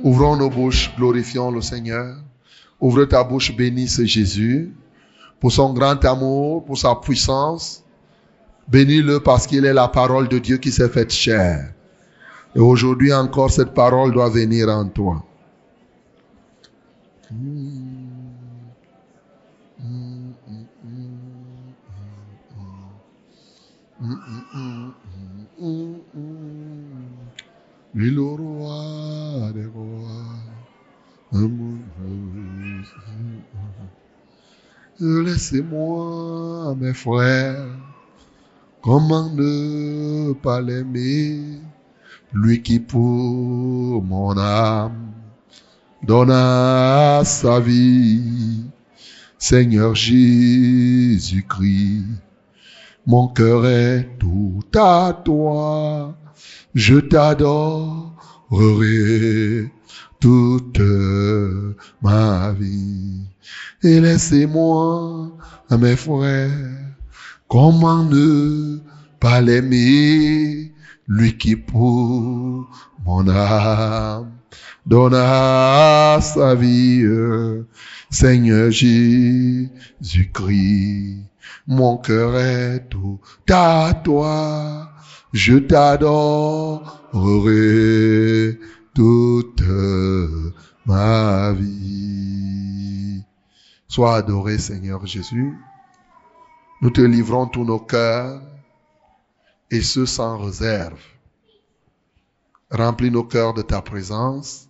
Ouvrons nos bouches, glorifions le Seigneur. Ouvre ta bouche, bénisse Jésus pour son grand amour, pour sa puissance. Bénis-le parce qu'il est la parole de Dieu qui s'est faite chair. Et aujourd'hui encore, cette parole doit venir en toi. Lui le roi des rois. Laissez-moi, mes frères, comment ne pas l'aimer, lui qui pour mon âme donna sa vie, Seigneur Jésus-Christ, mon cœur est tout à toi, je t'adorerai toute ma vie. Et laissez-moi, mes frères, comment ne pas l'aimer, lui qui pour mon âme donna sa vie, Seigneur Jésus-Christ. Mon cœur est tout à toi, je t'adorerai toute ma vie. Sois adoré, Seigneur Jésus. Nous te livrons tous nos cœurs, et ce sans réserve. Remplis nos cœurs de ta présence,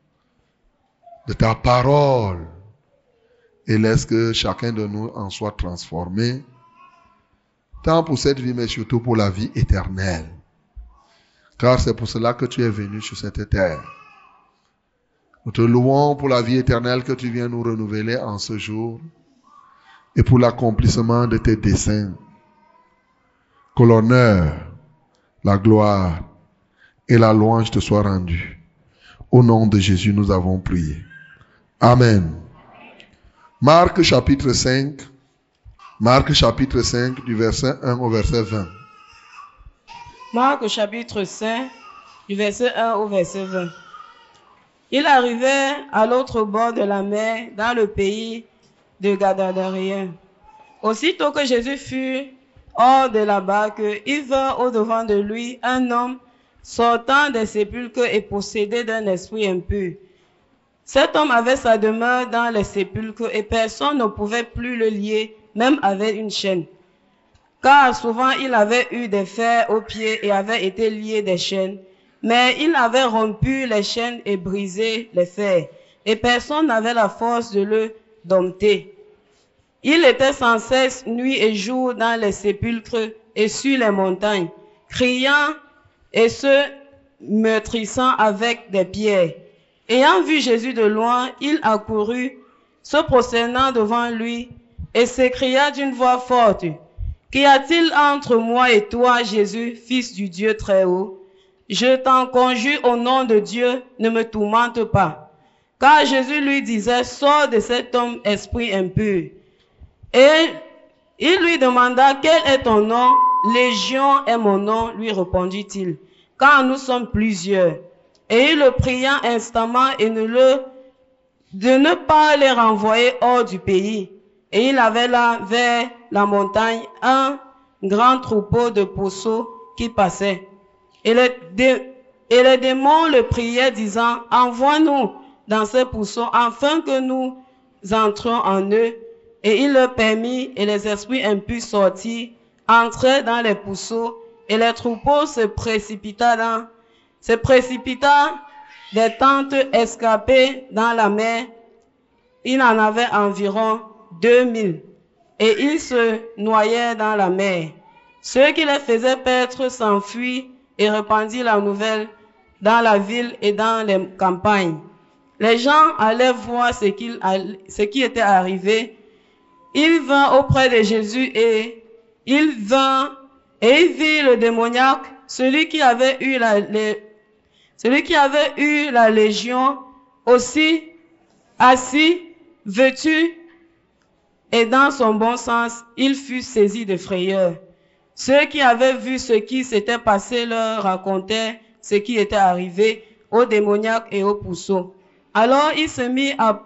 de ta parole, et laisse que chacun de nous en soit transformé, tant pour cette vie, mais surtout pour la vie éternelle. Car c'est pour cela que tu es venu sur cette terre. Nous te louons pour la vie éternelle que tu viens nous renouveler en ce jour et pour l'accomplissement de tes desseins. Que l'honneur, la gloire et la louange te soient rendus. Au nom de Jésus, nous avons prié. Amen. Marc chapitre 5. Marc chapitre 5 du verset 1 au verset 20. Marc chapitre 5 du verset 1 au verset 20. Il arrivait à l'autre bord de la mer, dans le pays de Gadaréens. Aussitôt que Jésus fut hors de la barque, il vint au-devant de lui un homme sortant des sépulcres et possédé d'un esprit impur. Cet homme avait sa demeure dans les sépulcres et personne ne pouvait plus le lier, même avec une chaîne. Car souvent il avait eu des fers aux pieds et avait été lié des chaînes. Mais il avait rompu les chaînes et brisé les fers, et personne n'avait la force de le dompter. Il était sans cesse nuit et jour dans les sépulcres et sur les montagnes, criant et se meurtrissant avec des pierres. Ayant vu Jésus de loin, il accourut, se prosternant devant lui, et s'écria d'une voix forte, « Qu'y a-t-il entre moi et toi, Jésus, Fils du Dieu très haut? Je t'en conjure au nom de Dieu, ne me tourmente pas. » Car Jésus lui disait, « Sors de cet homme, esprit impur. » Et il lui demanda, « Quel est ton nom? » « Légion est mon nom, lui répondit-il, car nous sommes plusieurs. Et il le pria instamment de ne pas les renvoyer hors du pays. Et il avait là, vers la montagne, un grand troupeau de pourceaux qui passait. Et les démons le priaient, disant, « Envoie-nous dans ces pourceaux, afin que nous entrions en eux. » Et il le permit, et les esprits impurs sortirent, entrèrent dans les pourceaux, et les troupeaux se précipita des tentes escapées dans la mer. Il en avait environ 2000, et ils se noyèrent dans la mer. Ceux qui les faisaient paître s'enfuirent et répandirent la nouvelle dans la ville et dans les campagnes. Les gens allaient voir ce qui était arrivé. Il vint auprès de Jésus et il vit le démoniaque, celui qui avait eu la légion, aussi assis, vêtu, et dans son bon sens, il fut saisi de frayeur. Ceux qui avaient vu ce qui s'était passé leur racontaient ce qui était arrivé aux démoniaques et aux puceaux. Alors il se mit à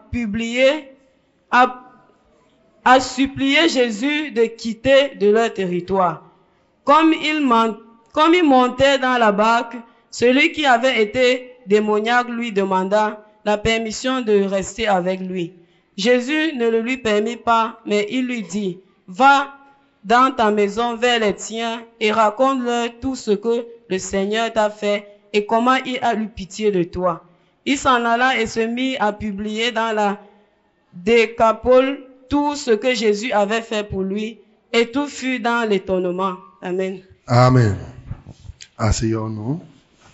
supplier Jésus de quitter de leur territoire. Comme il montait dans la barque, celui qui avait été démoniaque lui demanda la permission de rester avec lui. Jésus ne le lui permit pas, mais il lui dit, « Va dans ta maison vers les tiens et raconte-leur tout ce que le Seigneur t'a fait et comment il a eu pitié de toi. » Il s'en alla et se mit à publier dans la Décapole tout ce que Jésus avait fait pour lui, et tout fut dans l'étonnement. Amen. Amen. Asseyons-nous.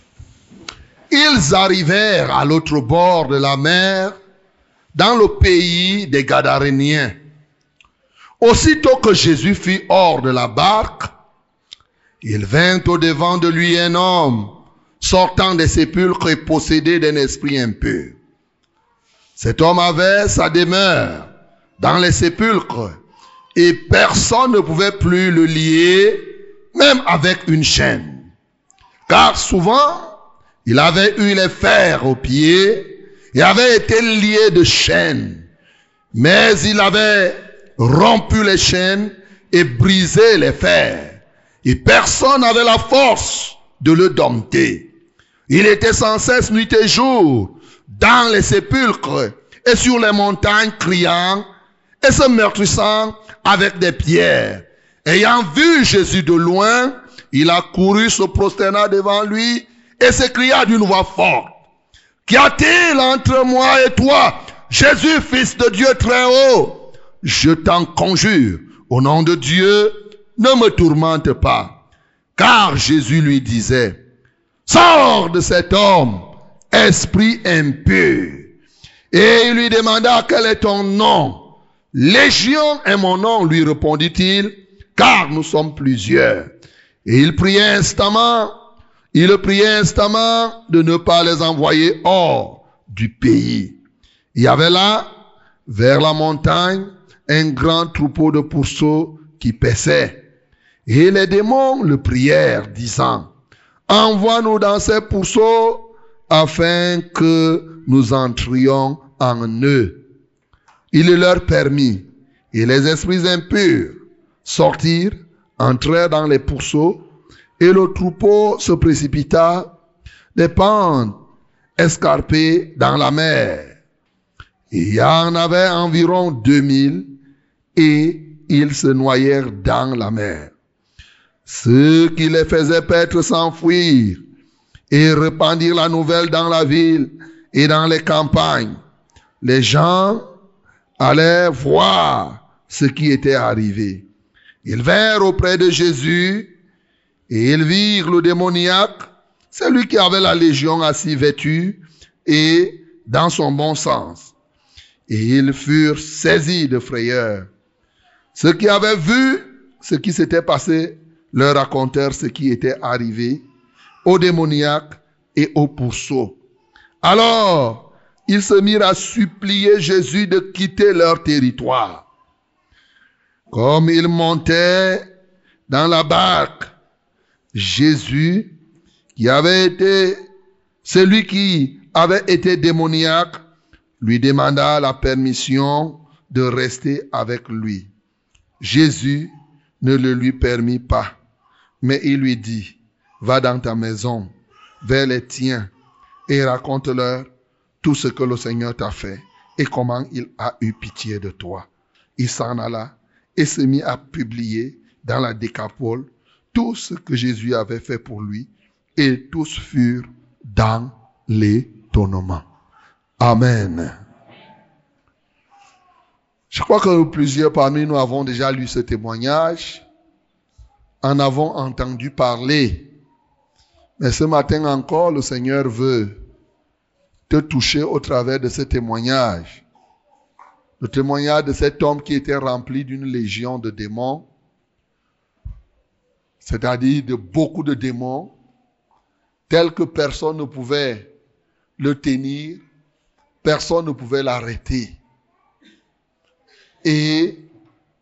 Ils arrivèrent à l'autre bord de la mer, dans le pays des Gadaréniens. Aussitôt que Jésus fut hors de la barque, il vint au-devant de lui un homme, sortant des sépulcres et possédé d'un esprit impur. Cet homme avait sa demeure dans les sépulcres, et personne ne pouvait plus le lier, même avec une chaîne. Car souvent, il avait eu les fers aux pieds et avait été lié de chaînes. Mais il avait rompu les chaînes et brisé les fers. Et personne n'avait la force de le dompter. Il était sans cesse nuit et jour dans les sépulcres et sur les montagnes criant et se meurtrissant avec des pierres. Ayant vu Jésus de loin, il a couru, se prosterna devant lui et s'écria d'une voix forte, « Qu'y a-t-il entre moi et toi, Jésus, fils de Dieu très haut? Je t'en conjure, au nom de Dieu, ne me tourmente pas. » Car Jésus lui disait, « Sors de cet homme, esprit impur. » Et il lui demanda, « Quel est ton nom? » « Légion est mon nom, lui répondit-il, car nous sommes plusieurs. Et il priait instamment de ne pas les envoyer hors du pays. Il y avait là, vers la montagne, un grand troupeau de pourceaux qui paissaient. Et les démons le prièrent, disant, « Envoie-nous dans ces pourceaux, afin que nous entrions en eux. » Il leur permit, et les esprits impurs sortirent, entrèrent dans les pourceaux, et le troupeau se précipita des pentes escarpées dans la mer. Il y en avait environ 2000, et ils se noyèrent dans la mer. Ceux qui les faisaient paître s'enfuirent, et répandirent la nouvelle dans la ville et dans les campagnes. Les gens allaient voir ce qui était arrivé. Ils vinrent auprès de Jésus et ils virent le démoniaque, celui qui avait la légion assis vêtu et dans son bon sens. Et ils furent saisis de frayeur. Ceux qui avaient vu ce qui s'était passé leur racontèrent ce qui était arrivé au démoniaque et au pourceau. Alors, ils se mirent à supplier Jésus de quitter leur territoire. Comme ils montaient dans la barque, Jésus, celui qui avait été démoniaque, lui demanda la permission de rester avec lui. Jésus ne le lui permit pas, mais il lui dit, « Va dans ta maison, vers les tiens, et raconte-leur tout ce que le Seigneur t'a fait et comment il a eu pitié de toi. » Il s'en alla et se mit à publier dans la Décapole tout ce que Jésus avait fait pour lui, et tous furent dans l'étonnement. Amen. Je crois que plusieurs parmi nous avons déjà lu ce témoignage, en avons entendu parler. Mais ce matin encore, le Seigneur veut te toucher au travers de ce témoignage. Le témoignage de cet homme qui était rempli d'une légion de démons, c'est-à-dire de beaucoup de démons, tels que personne ne pouvait le tenir, personne ne pouvait l'arrêter. Et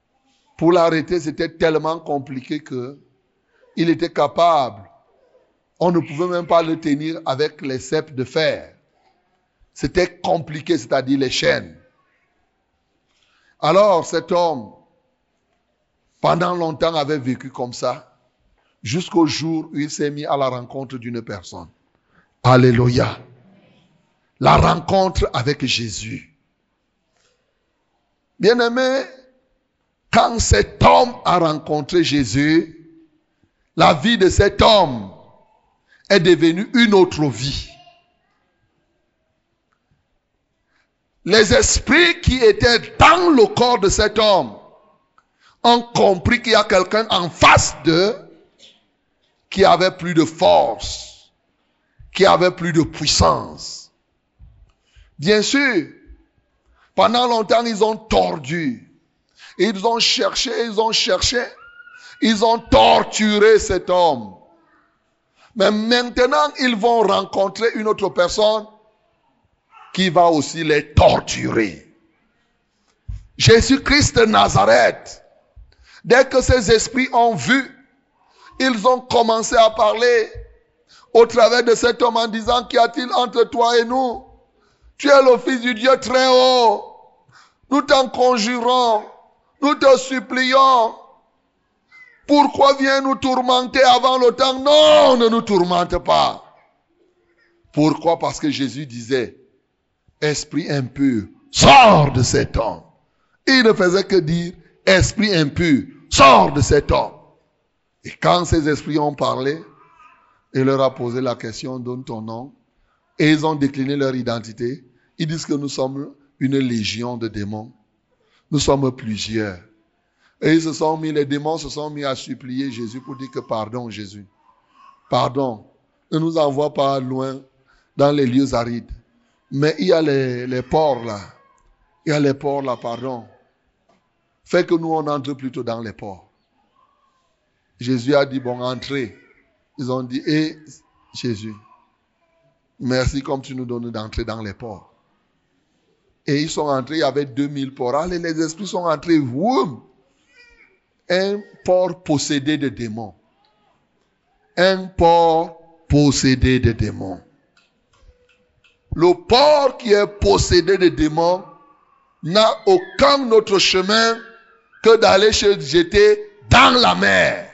pour l'arrêter, c'était tellement compliqué que il était capable On ne pouvait même pas le tenir avec les ceps de fer. C'était compliqué, c'est-à-dire les chaînes. Alors cet homme, pendant longtemps, avait vécu comme ça, jusqu'au jour où il s'est mis à la rencontre d'une personne. Alléluia. La rencontre avec Jésus. Bien-aimé, quand cet homme a rencontré Jésus, la vie de cet homme est devenue une autre vie. Les esprits qui étaient dans le corps de cet homme ont compris qu'il y a quelqu'un en face d'eux qui avait plus de force, qui avait plus de puissance. Bien sûr, pendant longtemps, ils ont tordu. Ils ont cherché, ils ont torturé cet homme. Mais maintenant, ils vont rencontrer une autre personne qui va aussi les torturer. Jésus-Christ de Nazareth, dès que ces esprits ont vu, ils ont commencé à parler au travers de cet homme en disant, qu'y a-t-il entre toi et nous? Tu es le Fils du Dieu très haut. Nous t'en conjurons, nous te supplions. Pourquoi viens nous tourmenter avant le temps? Non, ne nous tourmente pas. Pourquoi? Parce que Jésus disait, esprit impur, sors de cet homme. Il ne faisait que dire, esprit impur, sors de cet homme. Et quand ces esprits ont parlé, il leur a posé la question, donne ton nom. Et ils ont décliné leur identité. Ils disent que nous sommes une légion de démons. Nous sommes plusieurs. Et les démons se sont mis à supplier Jésus pour dire que pardon Jésus. Pardon. Ne nous envoie pas loin dans les lieux arides. Mais il y a les ports là. Il y a les ports là, pardon. Fait que nous on entre plutôt dans les ports. Jésus a dit bon, entrez. Ils ont dit, Jésus, merci comme tu nous donnes d'entrer dans les ports. Et ils sont entrés, il y avait 2000 ports. Allez, les esprits sont entrés, boum. Un port possédé de démons. Un port possédé de démons. Le port qui est possédé de démons n'a aucun autre chemin que d'aller se jeter dans la mer.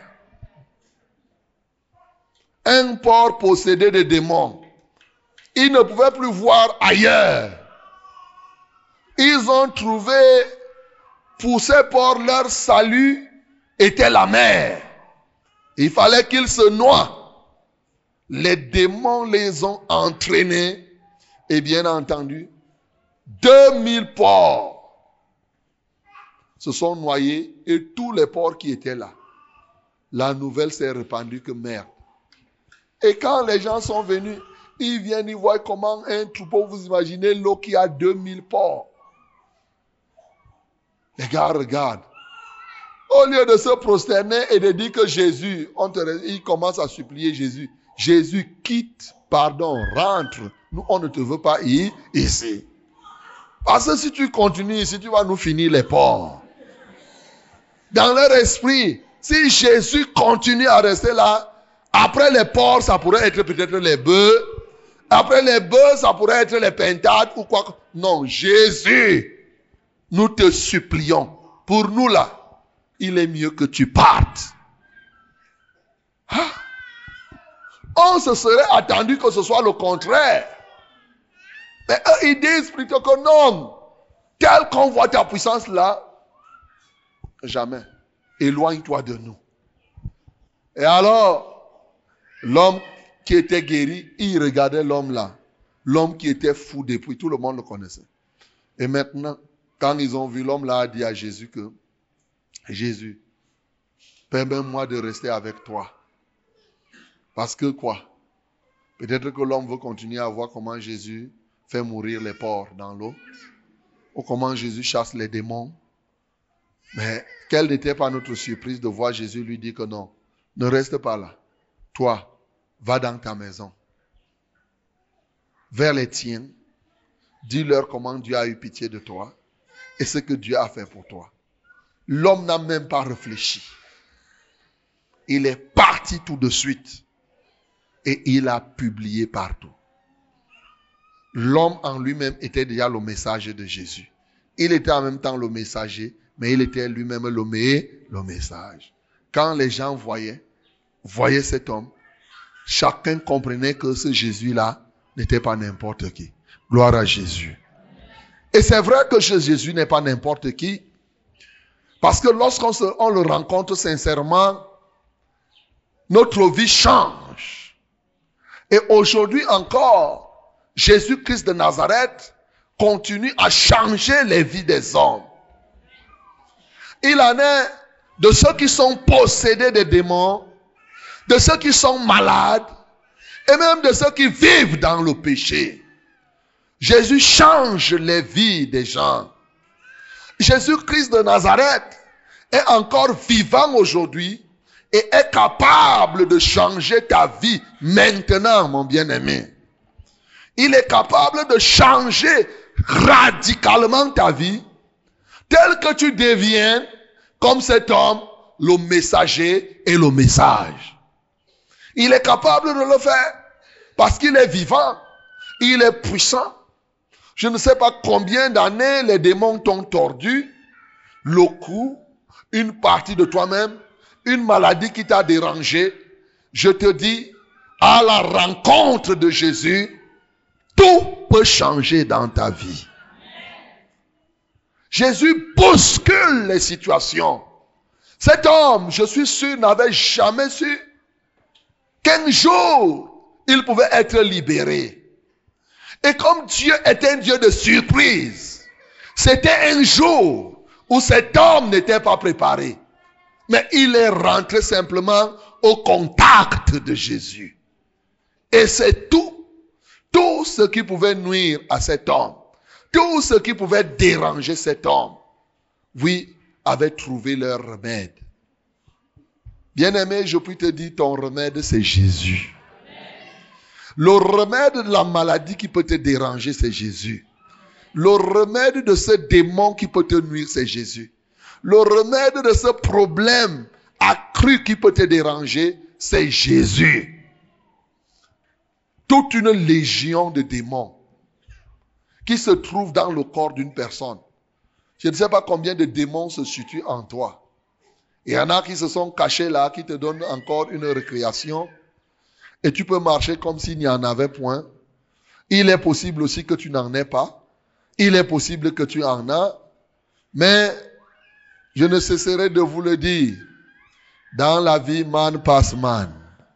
Un port possédé de démons. Ils ne pouvaient plus voir ailleurs. Ils ont trouvé, pour ces ports, leur salut était la mer. Il fallait qu'ils se noient. Les démons les ont entraînés. Et bien entendu, 2000 porcs se sont noyés et tous les porcs qui étaient là. La nouvelle s'est répandue que merde. Et quand les gens sont venus, ils viennent, ils voient comment un troupeau, vous imaginez l'eau qui a 2000 porcs. Les gars regardent. Au lieu de se prosterner et de dire que Jésus, ils commencent à supplier Jésus. Jésus, quitte, pardon, rentre. Nous, on ne te veut pas ici. Parce que si tu continues ici, tu vas nous finir les porcs. Dans leur esprit, si Jésus continue à rester là, après les porcs, ça pourrait être peut-être les bœufs. Après les bœufs, ça pourrait être les pintades ou quoi. Non, Jésus, nous te supplions. Pour nous là, il est mieux que tu partes. Ah. On se serait attendu que ce soit le contraire. Mais eux, ils disent plutôt que non. Tel qu'on voit ta puissance là, jamais. Éloigne-toi de nous. Et alors, l'homme qui était guéri, il regardait l'homme là. L'homme qui était fou depuis, tout le monde le connaissait. Et maintenant, quand ils ont vu l'homme là, a dit à Jésus que, Jésus, permets-moi de rester avec toi. Parce que quoi? Peut-être que l'homme veut continuer à voir comment Jésus fait mourir les porcs dans l'eau. Ou comment Jésus chasse les démons. Mais quelle n'était pas notre surprise de voir Jésus lui dire que non, ne reste pas là. Toi, va dans ta maison. Vers les tiens. Dis-leur comment Dieu a eu pitié de toi. Et ce que Dieu a fait pour toi. L'homme n'a même pas réfléchi. Il est parti tout de suite. et il a publié partout. L'homme en lui-même était déjà le messager de Jésus. Il était en même temps le messager, mais il était lui-même le message. Quand les gens voyaient cet homme, chacun comprenait que ce Jésus-là n'était pas n'importe qui. Gloire à Jésus. Et c'est vrai que Jésus n'est pas n'importe qui, parce que lorsqu'on le rencontre sincèrement, notre vie change. Et aujourd'hui encore, Jésus-Christ de Nazareth continue à changer les vies des hommes. Il en est de ceux qui sont possédés des démons, de ceux qui sont malades, et même de ceux qui vivent dans le péché. Jésus change les vies des gens. Jésus-Christ de Nazareth est encore vivant aujourd'hui et est capable de changer ta vie maintenant, mon bien-aimé. Il est capable de changer radicalement ta vie, tel que tu deviennes, comme cet homme, le messager et le message. Il est capable de le faire parce qu'il est vivant, il est puissant. Je ne sais pas combien d'années les démons t'ont tordu, le cou, une partie de toi-même, une maladie qui t'a dérangé. Je te dis, à la rencontre de Jésus, tout peut changer dans ta vie. Jésus bouscule les situations. Cet homme, je suis sûr, n'avait jamais su qu'un jour, il pouvait être libéré. Et comme Dieu est un Dieu de surprise, c'était un jour où cet homme n'était pas préparé. Mais il est rentré simplement au contact de Jésus. Et c'est tout ce qui pouvait nuire à cet homme, tout ce qui pouvait déranger cet homme, oui, avait trouvé leur remède. Bien-aimé, je puis te dire, ton remède, c'est Jésus. Le remède de la maladie qui peut te déranger, c'est Jésus. Le remède de ce démon qui peut te nuire, c'est Jésus. Le remède de ce problème accru qui peut te déranger, c'est Jésus. Toute une légion de démons qui se trouvent dans le corps d'une personne. Je ne sais pas combien de démons se situent en toi. Il y en a qui se sont cachés là, qui te donnent encore une récréation. Et tu peux marcher comme s'il n'y en avait point. Il est possible aussi que tu n'en aies pas. Il est possible que tu en as. Mais je ne cesserai de vous le dire. Dans la vie, man passe man.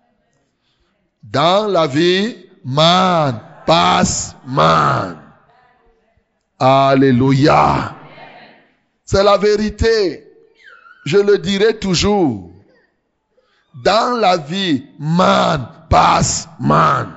Dans la vie, man passe man. Alléluia. C'est la vérité. Je le dirai toujours. Dans la vie, man passe man.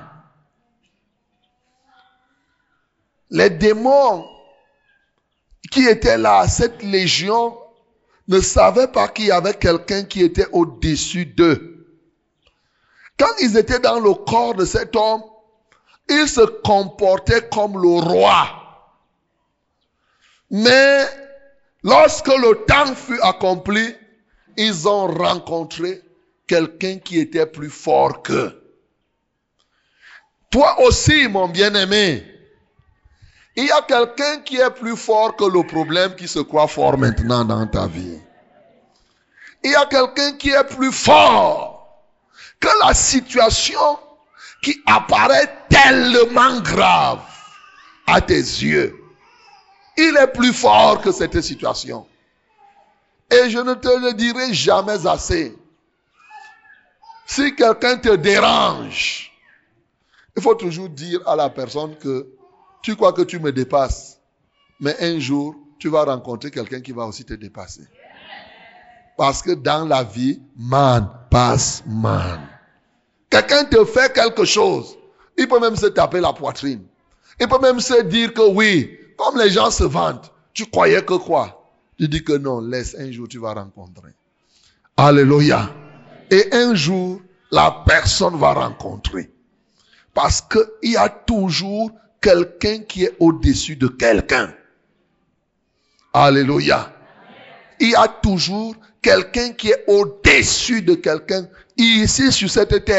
Les démons qui étaient là, cette légion, ne savaient pas qu'il y avait quelqu'un qui était au-dessus d'eux. Quand ils étaient dans le corps de cet homme, ils se comportaient comme le roi. Mais lorsque le temps fut accompli, ils ont rencontré quelqu'un qui était plus fort qu'eux. Toi aussi, mon bien-aimé, il y a quelqu'un qui est plus fort que le problème qui se croit fort maintenant dans ta vie. Il y a quelqu'un qui est plus fort que la situation qui apparaît tellement grave à tes yeux. Il est plus fort que cette situation. Et je ne te le dirai jamais assez. Si quelqu'un te dérange, il faut toujours dire à la personne que tu crois que tu me dépasses, mais un jour, tu vas rencontrer quelqu'un qui va aussi te dépasser. Parce que dans la vie, man passe man. Quelqu'un te fait quelque chose, il peut même se taper la poitrine. Il peut même se dire que oui, comme les gens se vantent, tu croyais que quoi? Tu dis que non, laisse, un jour tu vas rencontrer. Alléluia. Et un jour, la personne va rencontrer. Parce qu'il y a toujours quelqu'un qui est au-dessus de quelqu'un. Alléluia. Il y a toujours quelqu'un qui est au-dessus de quelqu'un. Ici, sur cette terre,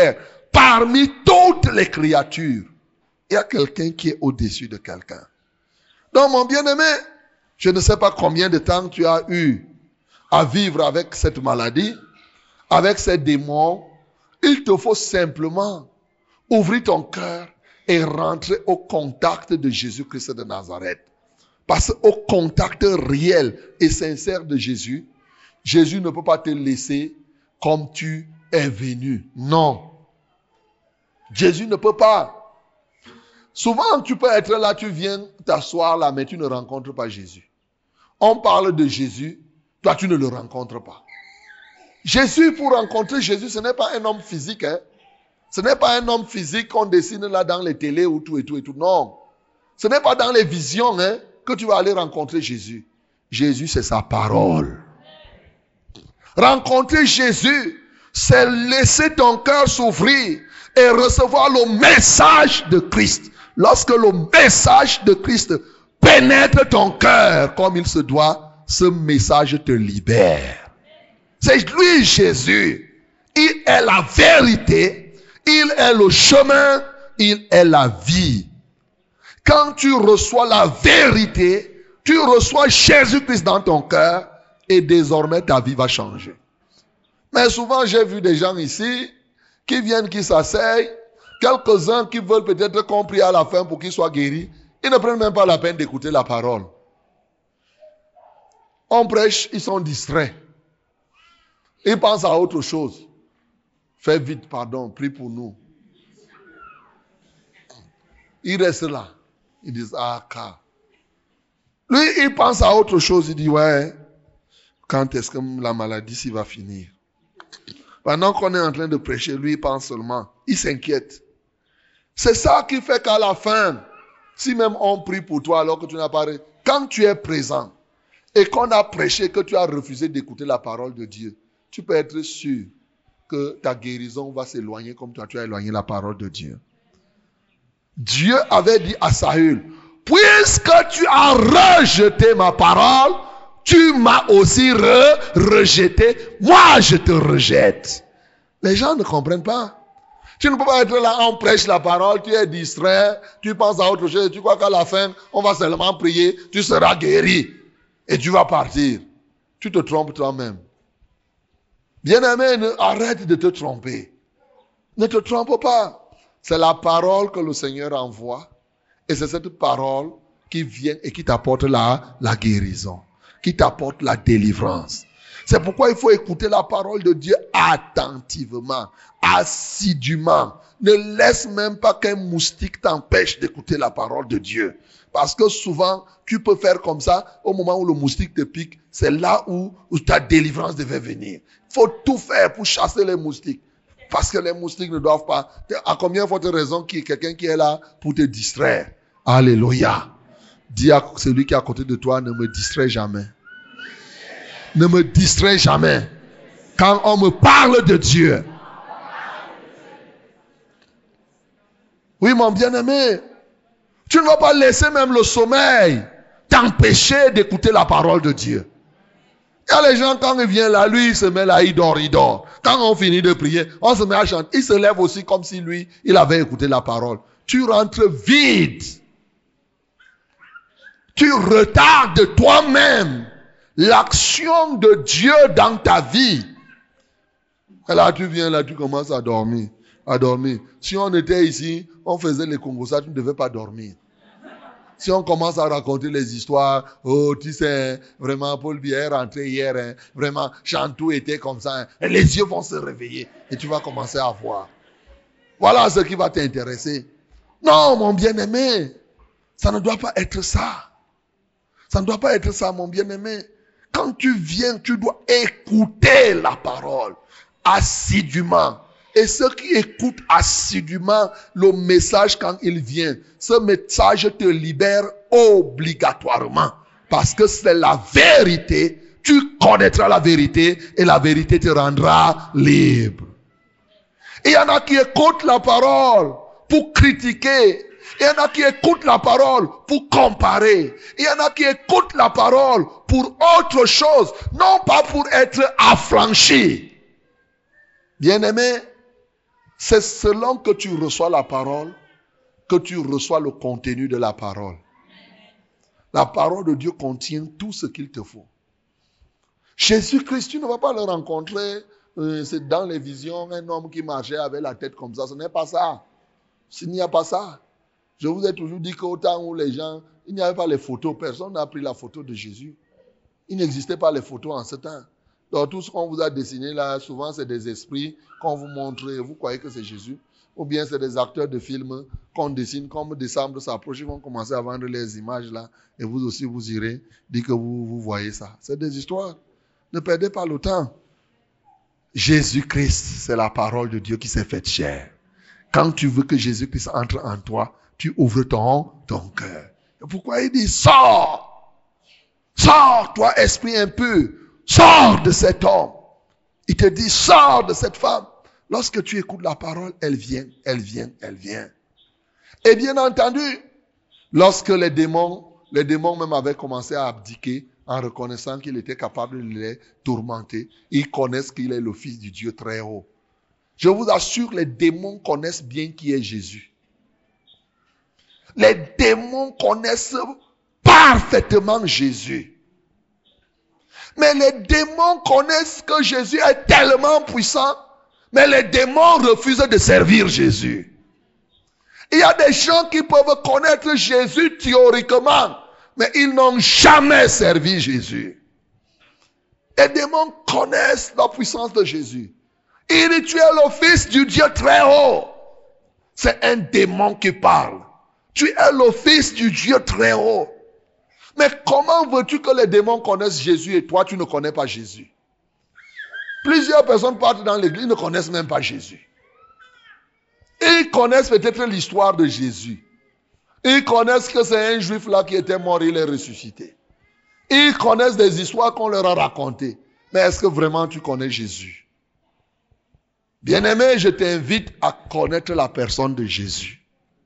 parmi toutes les créatures, il y a quelqu'un qui est au-dessus de quelqu'un. Donc, mon bien-aimé, je ne sais pas combien de temps tu as eu à vivre avec cette maladie, avec ces démons. Il te faut simplement ouvrir ton cœur et rentrer au contact de Jésus-Christ de Nazareth. Parce qu'au contact réel et sincère de Jésus, Jésus ne peut pas te laisser comme tu es venu. Non. Jésus ne peut pas. Souvent, tu peux être là, tu viens t'asseoir là, mais tu ne rencontres pas Jésus. On parle de Jésus, toi tu ne le rencontres pas. Jésus, pour rencontrer Jésus, ce n'est pas un homme physique. Hein? Ce n'est pas un homme physique qu'on dessine là dans les télés ou tout et tout et tout. Non. Ce n'est pas dans les visions que tu vas aller rencontrer Jésus. Jésus, c'est sa parole. Rencontrer Jésus, c'est laisser ton cœur s'ouvrir et recevoir le message de Christ. Lorsque le message de Christ pénètre ton cœur comme il se doit, ce message te libère. C'est lui, Jésus. Il est la vérité, il est le chemin, il est la vie. Quand tu reçois la vérité, tu reçois Jésus-Christ dans ton cœur et désormais ta vie va changer. Mais souvent j'ai vu des gens ici qui viennent, qui s'asseyent, quelques-uns qui veulent peut-être qu'on prie à la fin pour qu'ils soient guéris. Ils ne prennent même pas la peine d'écouter la parole. On prêche, ils sont distraits. Ils pensent à autre chose. Fais vite, pardon, prie pour nous. Ils restent là. Ils disent, ah, car. Lui, il pense à autre chose. Il dit, ouais, quand est-ce que la maladie s'y va finir? Pendant qu'on est en train de prêcher, lui, il pense seulement. Il s'inquiète. C'est ça qui fait qu'à la fin, si même on prie pour toi alors que tu n'as pas... Quand tu es présent et qu'on a prêché, que tu as refusé d'écouter la parole de Dieu, tu peux être sûr que ta guérison va s'éloigner comme toi, tu as éloigné la parole de Dieu. Dieu avait dit à Saül, puisque tu as rejeté ma parole, tu m'as aussi rejeté, moi je te rejette. Les gens ne comprennent pas. Tu ne peux pas être là, on prêche la parole, tu es distrait, tu penses à autre chose, tu crois qu'à la fin, on va seulement prier, tu seras guéri et tu vas partir. Tu te trompes toi-même. Bien-aimé, arrête de te tromper. Ne te trompe pas. C'est la parole que le Seigneur envoie et c'est cette parole qui vient et qui t'apporte la guérison, qui t'apporte la délivrance. C'est pourquoi il faut écouter la parole de Dieu attentivement, assidûment. Ne laisse même pas qu'un moustique t'empêche d'écouter la parole de Dieu. Parce que souvent, tu peux faire comme ça, au moment où le moustique te pique, c'est là où ta délivrance devait venir. Il faut tout faire pour chasser les moustiques. Parce que les moustiques ne doivent pas. À combien faut raison qu'il y ait quelqu'un qui est là pour te distraire? Alléluia. Dis à celui qui est à côté de toi, ne me distrais jamais. Ne me distrais jamais. Quand on me parle de Dieu. Oui, mon bien-aimé. Tu ne vas pas laisser même le sommeil t'empêcher d'écouter la parole de Dieu. Il y a les gens, quand ils viennent là, lui, il se met là, il dort. Quand on finit de prier, on se met à chanter. Il se lève aussi comme si lui, il avait écouté la parole. Tu rentres vide. Tu retardes toi-même l'action de Dieu dans ta vie. Et là, tu viens, là, tu commences à dormir. Si on était ici, on faisait les Congos, ça, tu ne devais pas dormir. Si on commence à raconter les histoires, oh, tu sais, vraiment, Paul Biya est rentré hier, hein, vraiment, Chantou était comme ça, hein, et les yeux vont se réveiller, et tu vas commencer à voir. Voilà ce qui va t'intéresser. Non, mon bien-aimé, ça ne doit pas être ça. Ça ne doit pas être ça, mon bien-aimé. Quand tu viens, tu dois écouter la parole assidûment. Et ceux qui écoutent assidûment le message quand il vient, ce message te libère obligatoirement. Parce que c'est la vérité. Tu connaîtras la vérité et la vérité te rendra libre. Et il y en a qui écoutent la parole pour critiquer. Il y en a qui écoutent la parole pour comparer. Il y en a qui écoutent la parole pour autre chose. Non pas pour être affranchis. Bien-aimé, C'est selon que tu reçois la parole que tu reçois le contenu de la parole. La parole de Dieu contient tout ce qu'il te faut. Jésus-Christ, tu ne vas pas le rencontrer, c'est dans les visions, un homme qui marchait avec la tête comme ça. Ce n'est pas ça. Il n'y a pas ça. Je vous ai toujours dit qu'au temps où les gens, il n'y avait pas les photos, personne n'a pris la photo de Jésus. Il n'existait pas les photos en ce temps. Donc tout ce qu'on vous a dessiné là, souvent c'est des esprits qu'on vous montre et vous croyez que c'est Jésus. Ou bien c'est des acteurs de films qu'on dessine, comme décembre s'approche, ils vont commencer à vendre les images là. Et vous aussi vous irez dire que vous voyez ça. C'est des histoires. Ne perdez pas le temps. Jésus-Christ, c'est la parole de Dieu qui s'est faite chair. Quand tu veux que Jésus-Christ entre en toi, tu ouvres ton cœur. Et pourquoi il dit, sors! Sors, toi, esprit impur! Sors de cet homme! Il te dit, sors de cette femme! Lorsque tu écoutes la parole, elle vient, elle vient, elle vient. Et bien entendu, lorsque les démons même avaient commencé à abdiquer en reconnaissant qu'il était capable de les tourmenter, ils connaissent qu'il est le Fils du Dieu très haut. Je vous assure, les démons connaissent bien qui est Jésus. Les démons connaissent parfaitement Jésus. Mais les démons connaissent que Jésus est tellement puissant, mais les démons refusent de servir Jésus. Il y a des gens qui peuvent connaître Jésus théoriquement, mais ils n'ont jamais servi Jésus. Les démons connaissent la puissance de Jésus. Il dit, tu es le Fils du Dieu très haut. C'est un démon qui parle. Tu es le Fils du Dieu très haut. Mais comment veux-tu que les démons connaissent Jésus et toi, tu ne connais pas Jésus? Plusieurs personnes partent dans l'église, ne connaissent même pas Jésus. Ils connaissent peut-être l'histoire de Jésus. Ils connaissent que c'est un juif là qui était mort, il est ressuscité. Ils connaissent des histoires qu'on leur a racontées. Mais est-ce que vraiment tu connais Jésus? Bien-aimé, je t'invite à connaître la personne de Jésus.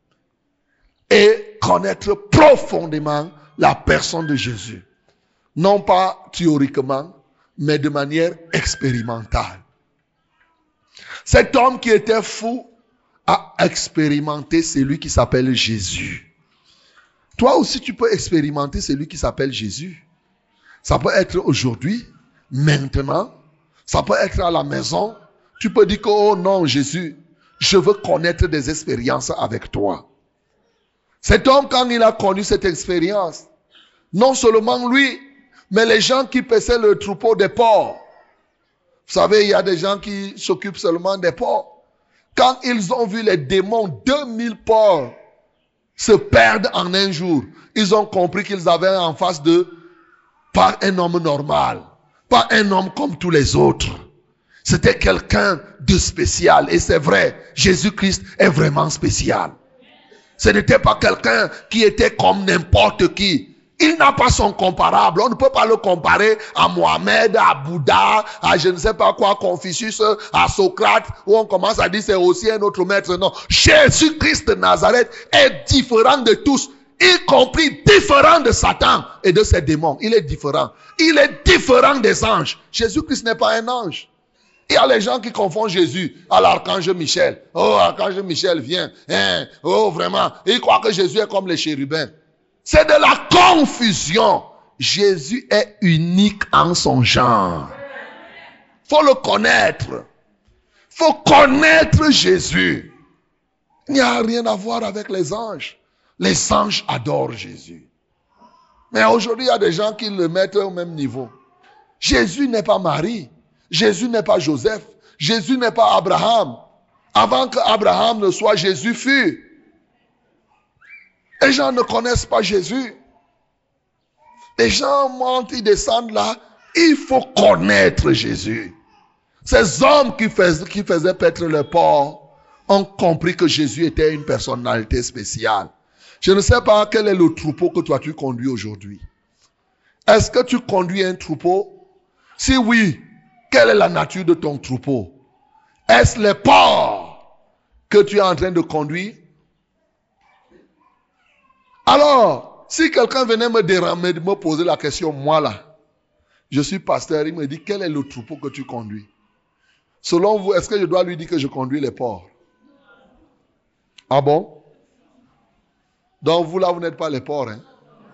Et connaître profondément la personne de Jésus. Non pas théoriquement, mais de manière expérimentale. Cet homme qui était fou a expérimenté celui qui s'appelle Jésus. Toi aussi, tu peux expérimenter celui qui s'appelle Jésus. Ça peut être aujourd'hui, maintenant. Ça peut être à la maison. Tu peux dire que, oh non, Jésus, je veux connaître des expériences avec toi. Cet homme, quand il a connu cette expérience, non seulement lui, mais les gens qui paissaient le troupeau des porcs. Vous savez, il y a des gens qui s'occupent seulement des porcs. Quand ils ont vu les démons, 2000 porcs se perdre en un jour, ils ont compris qu'ils avaient en face d'eux pas un homme normal, pas un homme comme tous les autres. C'était quelqu'un de spécial. Et c'est vrai, Jésus-Christ est vraiment spécial. Ce n'était pas quelqu'un qui était comme n'importe qui. Il n'a pas son comparable. On ne peut pas le comparer à Mohamed, à Bouddha, à je ne sais pas quoi, Confucius, à Socrate, où on commence à dire c'est aussi un autre maître. Non. Jésus-Christ de Nazareth est différent de tous, y compris différent de Satan et de ses démons. Il est différent. Il est différent des anges. Jésus-Christ n'est pas un ange. Il y a les gens qui confondent Jésus à l'archange Michel. Oh, l'archange Michel vient. Hein? Oh, vraiment. Ils croient que Jésus est comme les chérubins. C'est de la confusion. Jésus est unique en son genre. Faut le connaître. Faut connaître Jésus. Il n'y a rien à voir avec les anges. Les anges adorent Jésus. Mais aujourd'hui, il y a des gens qui le mettent au même niveau. Jésus n'est pas Marie. Jésus n'est pas Joseph. Jésus n'est pas Abraham. Avant qu'Abraham ne soit, Jésus fut. Les gens ne connaissent pas Jésus. Les gens montent, ils descendent là. Il faut connaître Jésus. Ces hommes qui faisaient paître le porc ont compris que Jésus était une personnalité spéciale. Je ne sais pas quel est le troupeau que toi tu conduis aujourd'hui. Est-ce que tu conduis un troupeau? Si oui, quelle est la nature de ton troupeau? Est-ce les porcs que tu es en train de conduire? Alors, si quelqu'un venait me poser la question, moi là, je suis pasteur, il me dit, quel est le troupeau que tu conduis? Selon vous, est-ce que je dois lui dire que je conduis les porcs? Ah bon? Donc vous là, vous n'êtes pas les porcs. Hein?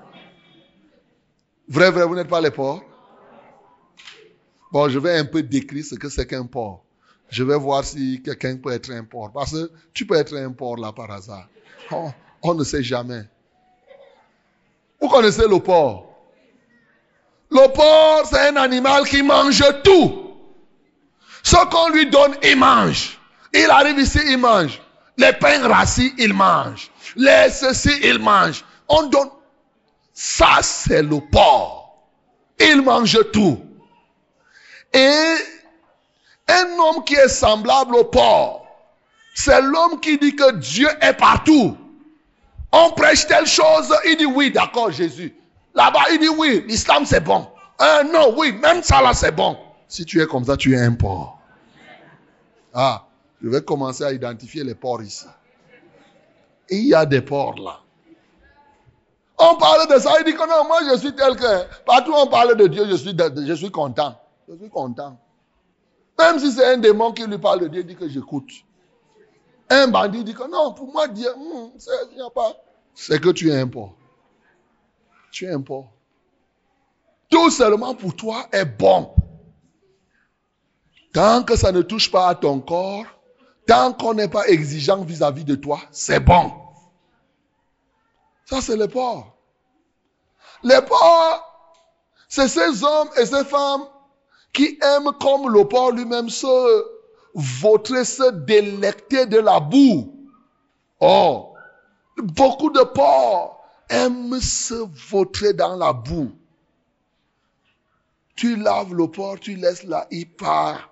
Vrai, vous n'êtes pas les porcs? Bon, je vais un peu décrire ce que c'est qu'un porc. Je vais voir si quelqu'un peut être un porc. Parce que tu peux être un porc là par hasard. On ne sait jamais. Vous connaissez le porc? Le porc, c'est un animal qui mange tout. Ce qu'on lui donne, il mange. Il arrive ici, il mange. Les pains rassis, il mange. Les ceci, il mange. On donne. Ça, c'est le porc. Il mange tout. Et un homme qui est semblable au porc, c'est l'homme qui dit que Dieu est partout. On prêche telle chose, il dit oui, d'accord, Jésus. Là-bas, il dit oui, l'islam c'est bon. Non, oui, même ça là c'est bon. Si tu es comme ça, tu es un porc. Ah, je vais commencer à identifier les porcs ici. Et il y a des porcs là. On parle de ça, il dit que non, moi je suis tel que... Partout on parle de Dieu, je suis content. Je suis content. Même si c'est un démon qui lui parle de Dieu, il dit que j'écoute. Un bandit dit que non, pour moi Dieu, il n'y a pas. C'est que tu es un porc. Tu es un porc. Tout seulement pour toi est bon. Tant que ça ne touche pas à ton corps, tant qu'on n'est pas exigeant vis-à-vis de toi, c'est bon. Ça, c'est les porcs. Les porcs, c'est ces hommes et ces femmes qui aiment, comme le porc lui-même, se vautrer, se délecter de la boue. Oh, beaucoup de porcs aiment se vautrer dans la boue. Tu laves le porc, tu laisses là, il part.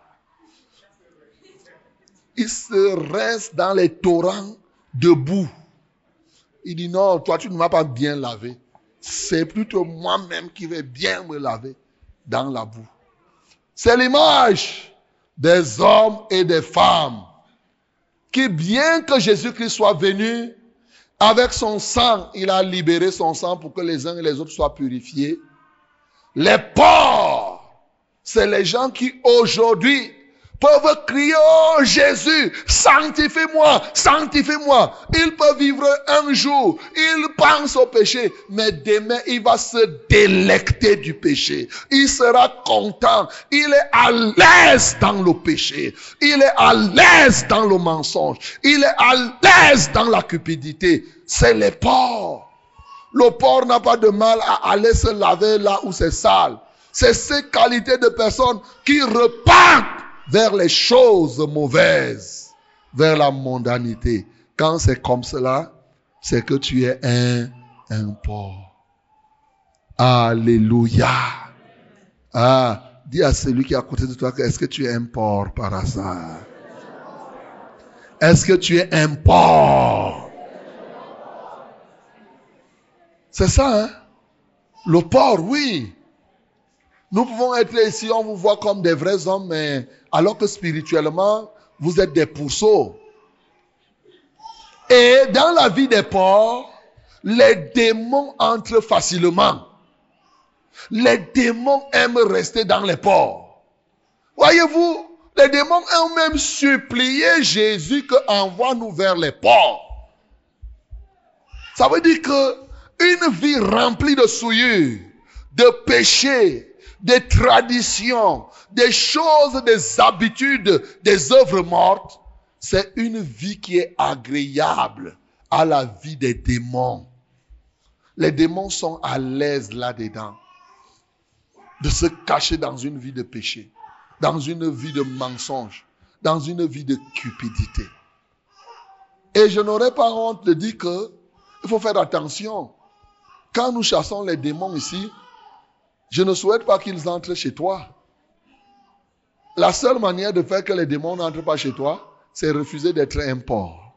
Il se reste dans les torrents de boue. Il dit non, toi tu ne m'as pas bien lavé. C'est plutôt moi-même qui vais bien me laver dans la boue. C'est l'image des hommes et des femmes qui, bien que Jésus-Christ soit venu, avec son sang, il a libéré son sang pour que les uns et les autres soient purifiés. Les porcs, c'est les gens qui aujourd'hui peuvent crier, oh Jésus, sanctifie-moi, sanctifie-moi. Il peut vivre un jour, il pense au péché, mais demain il va se délecter du péché. Il sera content, il est à l'aise dans le péché, il est à l'aise dans le mensonge, il est à l'aise dans la cupidité. C'est les porcs. Le porc n'a pas de mal à aller se laver là où c'est sale. C'est ces qualités de personnes qui repartent vers les choses mauvaises, vers la mondanité. Quand c'est comme cela, c'est que tu es un porc. Alléluia. Ah, dis à celui qui est à côté de toi, est-ce que tu es un porc par hasard? Est-ce que tu es un porc? C'est ça, hein? Le porc, oui. Nous pouvons être ici, on vous voit comme des vrais hommes, mais alors que spirituellement, vous êtes des pourceaux. Et dans la vie des porcs, les démons entrent facilement. Les démons aiment rester dans les porcs. Voyez-vous, les démons ont même supplié Jésus qu'envoie-nous vers les porcs. Ça veut dire que une vie remplie de souillure, de péché, des traditions, des choses, des habitudes, des œuvres mortes, c'est une vie qui est agréable à la vie des démons. Les démons sont à l'aise là-dedans de se cacher dans une vie de péché, dans une vie de mensonge, dans une vie de cupidité. Et je n'aurais pas honte de dire que il faut faire attention. Quand nous chassons les démons ici, je ne souhaite pas qu'ils entrent chez toi. La seule manière de faire que les démons n'entrent pas chez toi, c'est refuser d'être un porc.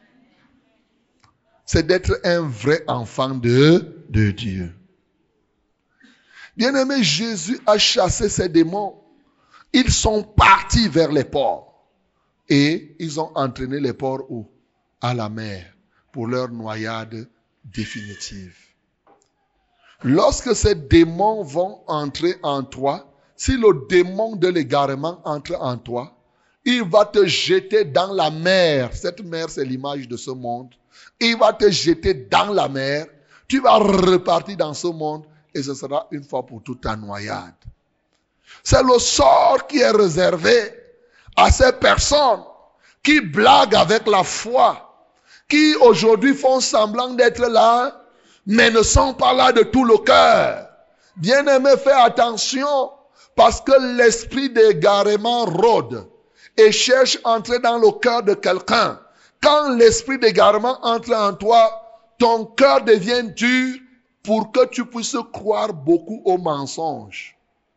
C'est d'être un vrai enfant de Dieu. Bien-aimé, Jésus a chassé ces démons. Ils sont partis vers les porcs. Et ils ont entraîné les porcs où? À la mer, pour leur noyade définitive. Lorsque ces démons vont entrer en toi, si le démon de l'égarement entre en toi, il va te jeter dans la mer. Cette mer, c'est l'image de ce monde. Il va te jeter dans la mer. Tu vas repartir dans ce monde et ce sera une fois pour toute ta noyade. C'est le sort qui est réservé à ces personnes qui blaguent avec la foi, qui aujourd'hui font semblant d'être là, mais ne sont pas là de tout le cœur. Bien-aimé, fais attention, parce que l'esprit d'égarement rôde et cherche à entrer dans le cœur de quelqu'un. Quand l'esprit d'égarement entre en toi, ton cœur devient dur pour que tu puisses croire beaucoup aux mensonges.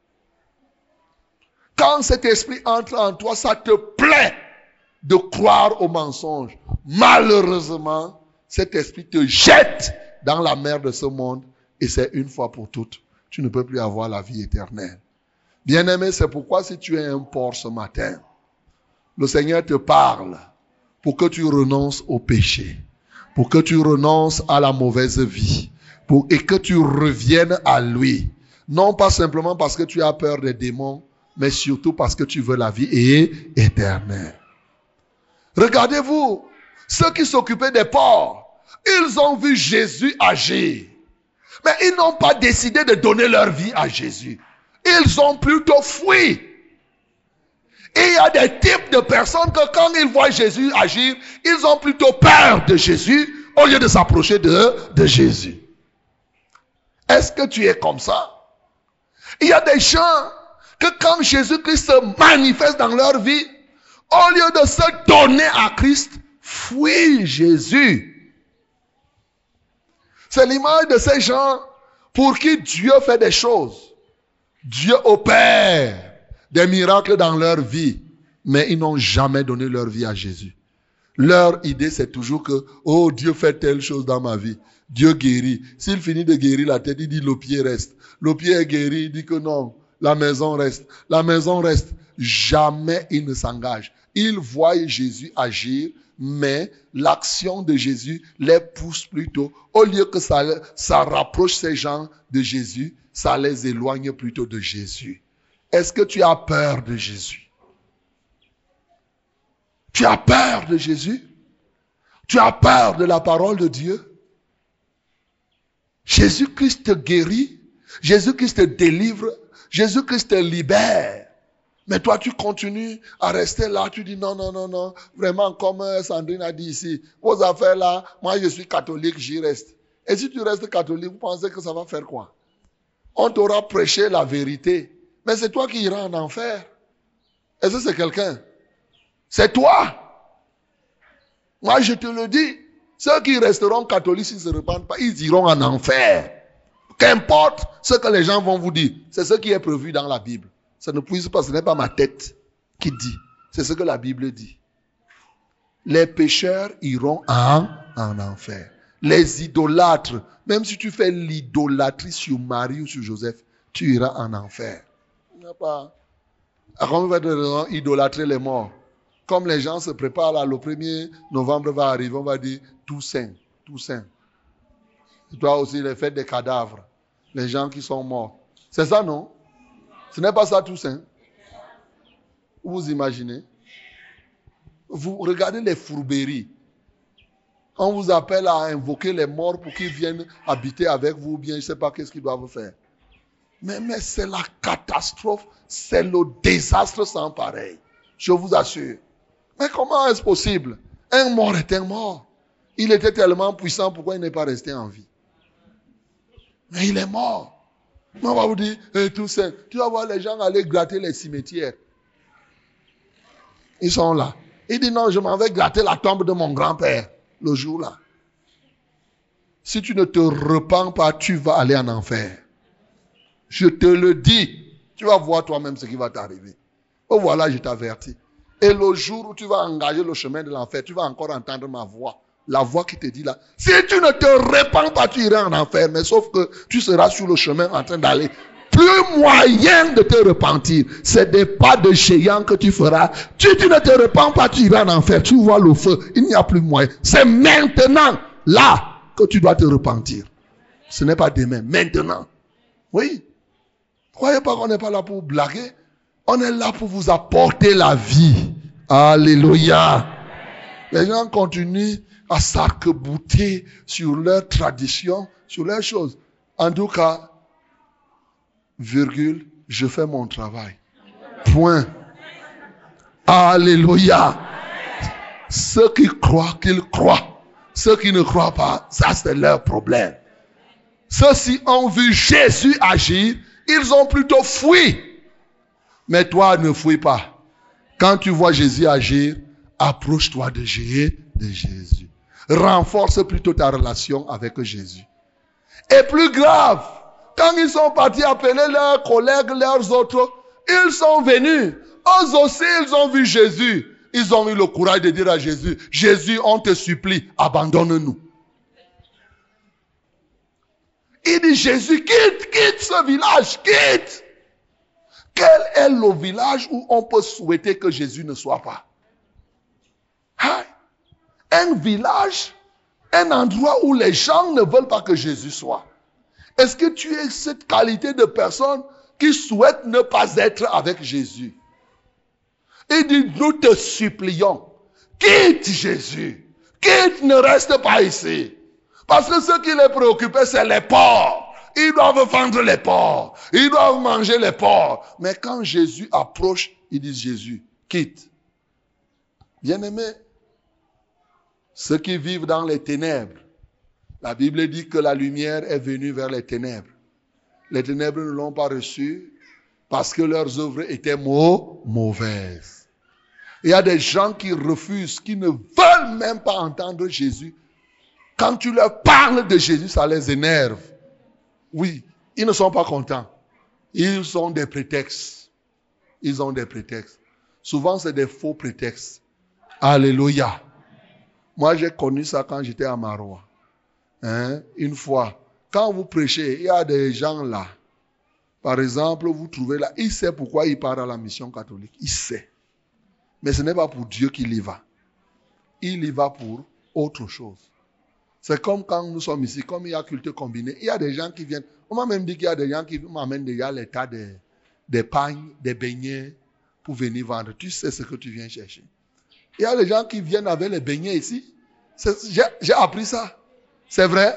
Quand cet esprit entre en toi, ça te plaît de croire aux mensonges. Malheureusement, cet esprit te jette dans la mer de ce monde et c'est une fois pour toutes. Tu ne peux plus avoir la vie éternelle. Bien-aimé, c'est pourquoi si tu es un porc ce matin, le Seigneur te parle pour que tu renonces au péché, pour que tu renonces à la mauvaise vie, et que tu reviennes à lui. Non pas simplement parce que tu as peur des démons, mais surtout parce que tu veux la vie éternelle. Regardez-vous, ceux qui s'occupaient des porcs, ils ont vu Jésus agir. Mais ils n'ont pas décidé de donner leur vie à Jésus. Ils ont plutôt fui. Et il y a des types de personnes que quand ils voient Jésus agir, ils ont plutôt peur de Jésus au lieu de s'approcher de Jésus. Est-ce que tu es comme ça? Il y a des gens que quand Jésus-Christ se manifeste dans leur vie, au lieu de se donner à Christ, fuient Jésus. C'est l'image de ces gens pour qui Dieu fait des choses. Dieu opère des miracles dans leur vie, mais ils n'ont jamais donné leur vie à Jésus. Leur idée, c'est toujours que, oh, Dieu fait telle chose dans ma vie. Dieu guérit. S'il finit de guérir la tête, il dit le pied reste. Le pied est guéri, il dit que non, la maison reste. La maison reste. Jamais il ne s'engage. Ils voient Jésus agir, mais l'action de Jésus les pousse plutôt. Au lieu que ça rapproche ces gens de Jésus, ça les éloigne plutôt de Jésus. Est-ce que tu as peur de Jésus? Tu as peur de Jésus? Tu as peur de la parole de Dieu? Jésus-Christ te guérit. Jésus-Christ te délivre. Jésus-Christ te libère. Mais toi, tu continues à rester là. Tu dis non, non, non, non. Vraiment, comme Sandrine a dit ici, vos affaires là, moi je suis catholique, j'y reste. Et si tu restes catholique, vous pensez que ça va faire quoi? On t'aura prêché la vérité. Mais c'est toi qui iras en enfer. Est-ce que c'est quelqu'un? C'est toi. Moi, je te le dis. Ceux qui resteront catholiques, s'ils ne se repentent pas, ils iront en enfer. Qu'importe ce que les gens vont vous dire. C'est ce qui est prévu dans la Bible. Ça ne puise pas, ce n'est pas ma tête qui dit. C'est ce que la Bible dit. Les pécheurs iront en enfer. Les idolâtres, même si tu fais l'idolâtrie sur Marie ou sur Joseph, tu iras en enfer. Il n'y a pas. On va idolâtrer les morts. Comme les gens se préparent là, le 1er novembre va arriver, on va dire Toussaint. Toussaint. Et toi aussi, les fêtes des cadavres. Les gens qui sont morts. C'est ça, non? Ce n'est pas ça, Toussaint. Vous imaginez? Vous regardez les fourberies. On vous appelle à invoquer les morts pour qu'ils viennent habiter avec vous, ou bien je ne sais pas qu'est-ce qu'ils doivent faire. Mais c'est la catastrophe, c'est le désastre sans pareil. Je vous assure. Mais comment est-ce possible? Un mort est un mort. Il était tellement puissant, pourquoi il n'est pas resté en vie? Mais il est mort. On va vous dire, tout ça. Tu vas voir les gens aller gratter les cimetières. Ils sont là. Il dit non, je m'en vais gratter la tombe de mon grand-père. Le jour-là. Si tu ne te repens pas, tu vas aller en enfer. Je te le dis. Tu vas voir toi-même ce qui va t'arriver. Oh voilà, je t'avertis. Et le jour où tu vas engager le chemin de l'enfer, tu vas encore entendre ma voix. La voix qui te dit là, si tu ne te repens pas, tu iras en enfer. Mais sauf que tu seras sur le chemin en train d'aller. Plus moyen de te repentir. C'est des pas de géant que tu feras. Si tu ne te repens pas, tu iras en enfer. Tu vois le feu. Il n'y a plus moyen. C'est maintenant, là, que tu dois te repentir. Ce n'est pas demain. Maintenant. Oui. Croyez pas qu'on n'est pas là pour blaguer. On est là pour vous apporter la vie Alléluia. Les gens continuent à s'arc-bouter sur leurs traditions, sur leurs choses. En tout cas, virgule, je fais mon travail. Point. Alléluia. Ceux qui croient qu'ils croient. Ceux qui ne croient pas, ça c'est leur problème. Ceux-ci ont vu Jésus agir, ils ont plutôt fui. Mais toi, ne fuis pas. Quand tu vois Jésus agir, approche-toi de Jésus. Renforce plutôt ta relation avec Jésus. Et plus grave, quand ils sont partis appeler leurs collègues, leurs autres, ils sont venus. Eux aussi, ils ont vu Jésus. Ils ont eu le courage de dire à Jésus, Jésus, on te supplie, abandonne-nous. Il dit, Jésus, quitte ce village, quitte. Quel est le village où on peut souhaiter que Jésus ne soit pas? Hein? Un village, un endroit où les gens ne veulent pas que Jésus soit. Est-ce que tu es cette qualité de personne qui souhaite ne pas être avec Jésus? Il dit, nous te supplions, quitte Jésus, quitte, ne reste pas ici. Parce que ce qui les préoccupait, c'est les porcs. Ils doivent vendre les porcs. Ils doivent manger les porcs. Mais quand Jésus approche, ils disent, Jésus, quitte. Bien-aimé, ceux qui vivent dans les ténèbres, la Bible dit que la lumière est venue vers les ténèbres. Les ténèbres ne l'ont pas reçue parce que leurs œuvres étaient mauvaises. Il y a des gens qui refusent, qui ne veulent même pas entendre Jésus. Quand tu leur parles de Jésus, ça les énerve. Oui, ils ne sont pas contents. Ils ont des prétextes. Ils ont des prétextes. Souvent, c'est des faux prétextes. Alléluia. Moi, j'ai connu ça quand j'étais à Maroua. Une fois, quand vous prêchez, il y a des gens là. Par exemple, vous trouvez là, il sait pourquoi il part à la mission catholique. Il sait. Mais ce n'est pas pour Dieu qu'il y va. Il y va pour autre chose. C'est comme quand nous sommes ici, comme il y a culte combiné, il y a des gens qui viennent. On m'a même dit qu'il y a des gens qui m'amènent déjà les tas des pagnes, des beignets pour venir vendre. Tu sais ce que tu viens chercher. Il y a des gens qui viennent avec les beignets ici. J'ai appris ça. C'est vrai?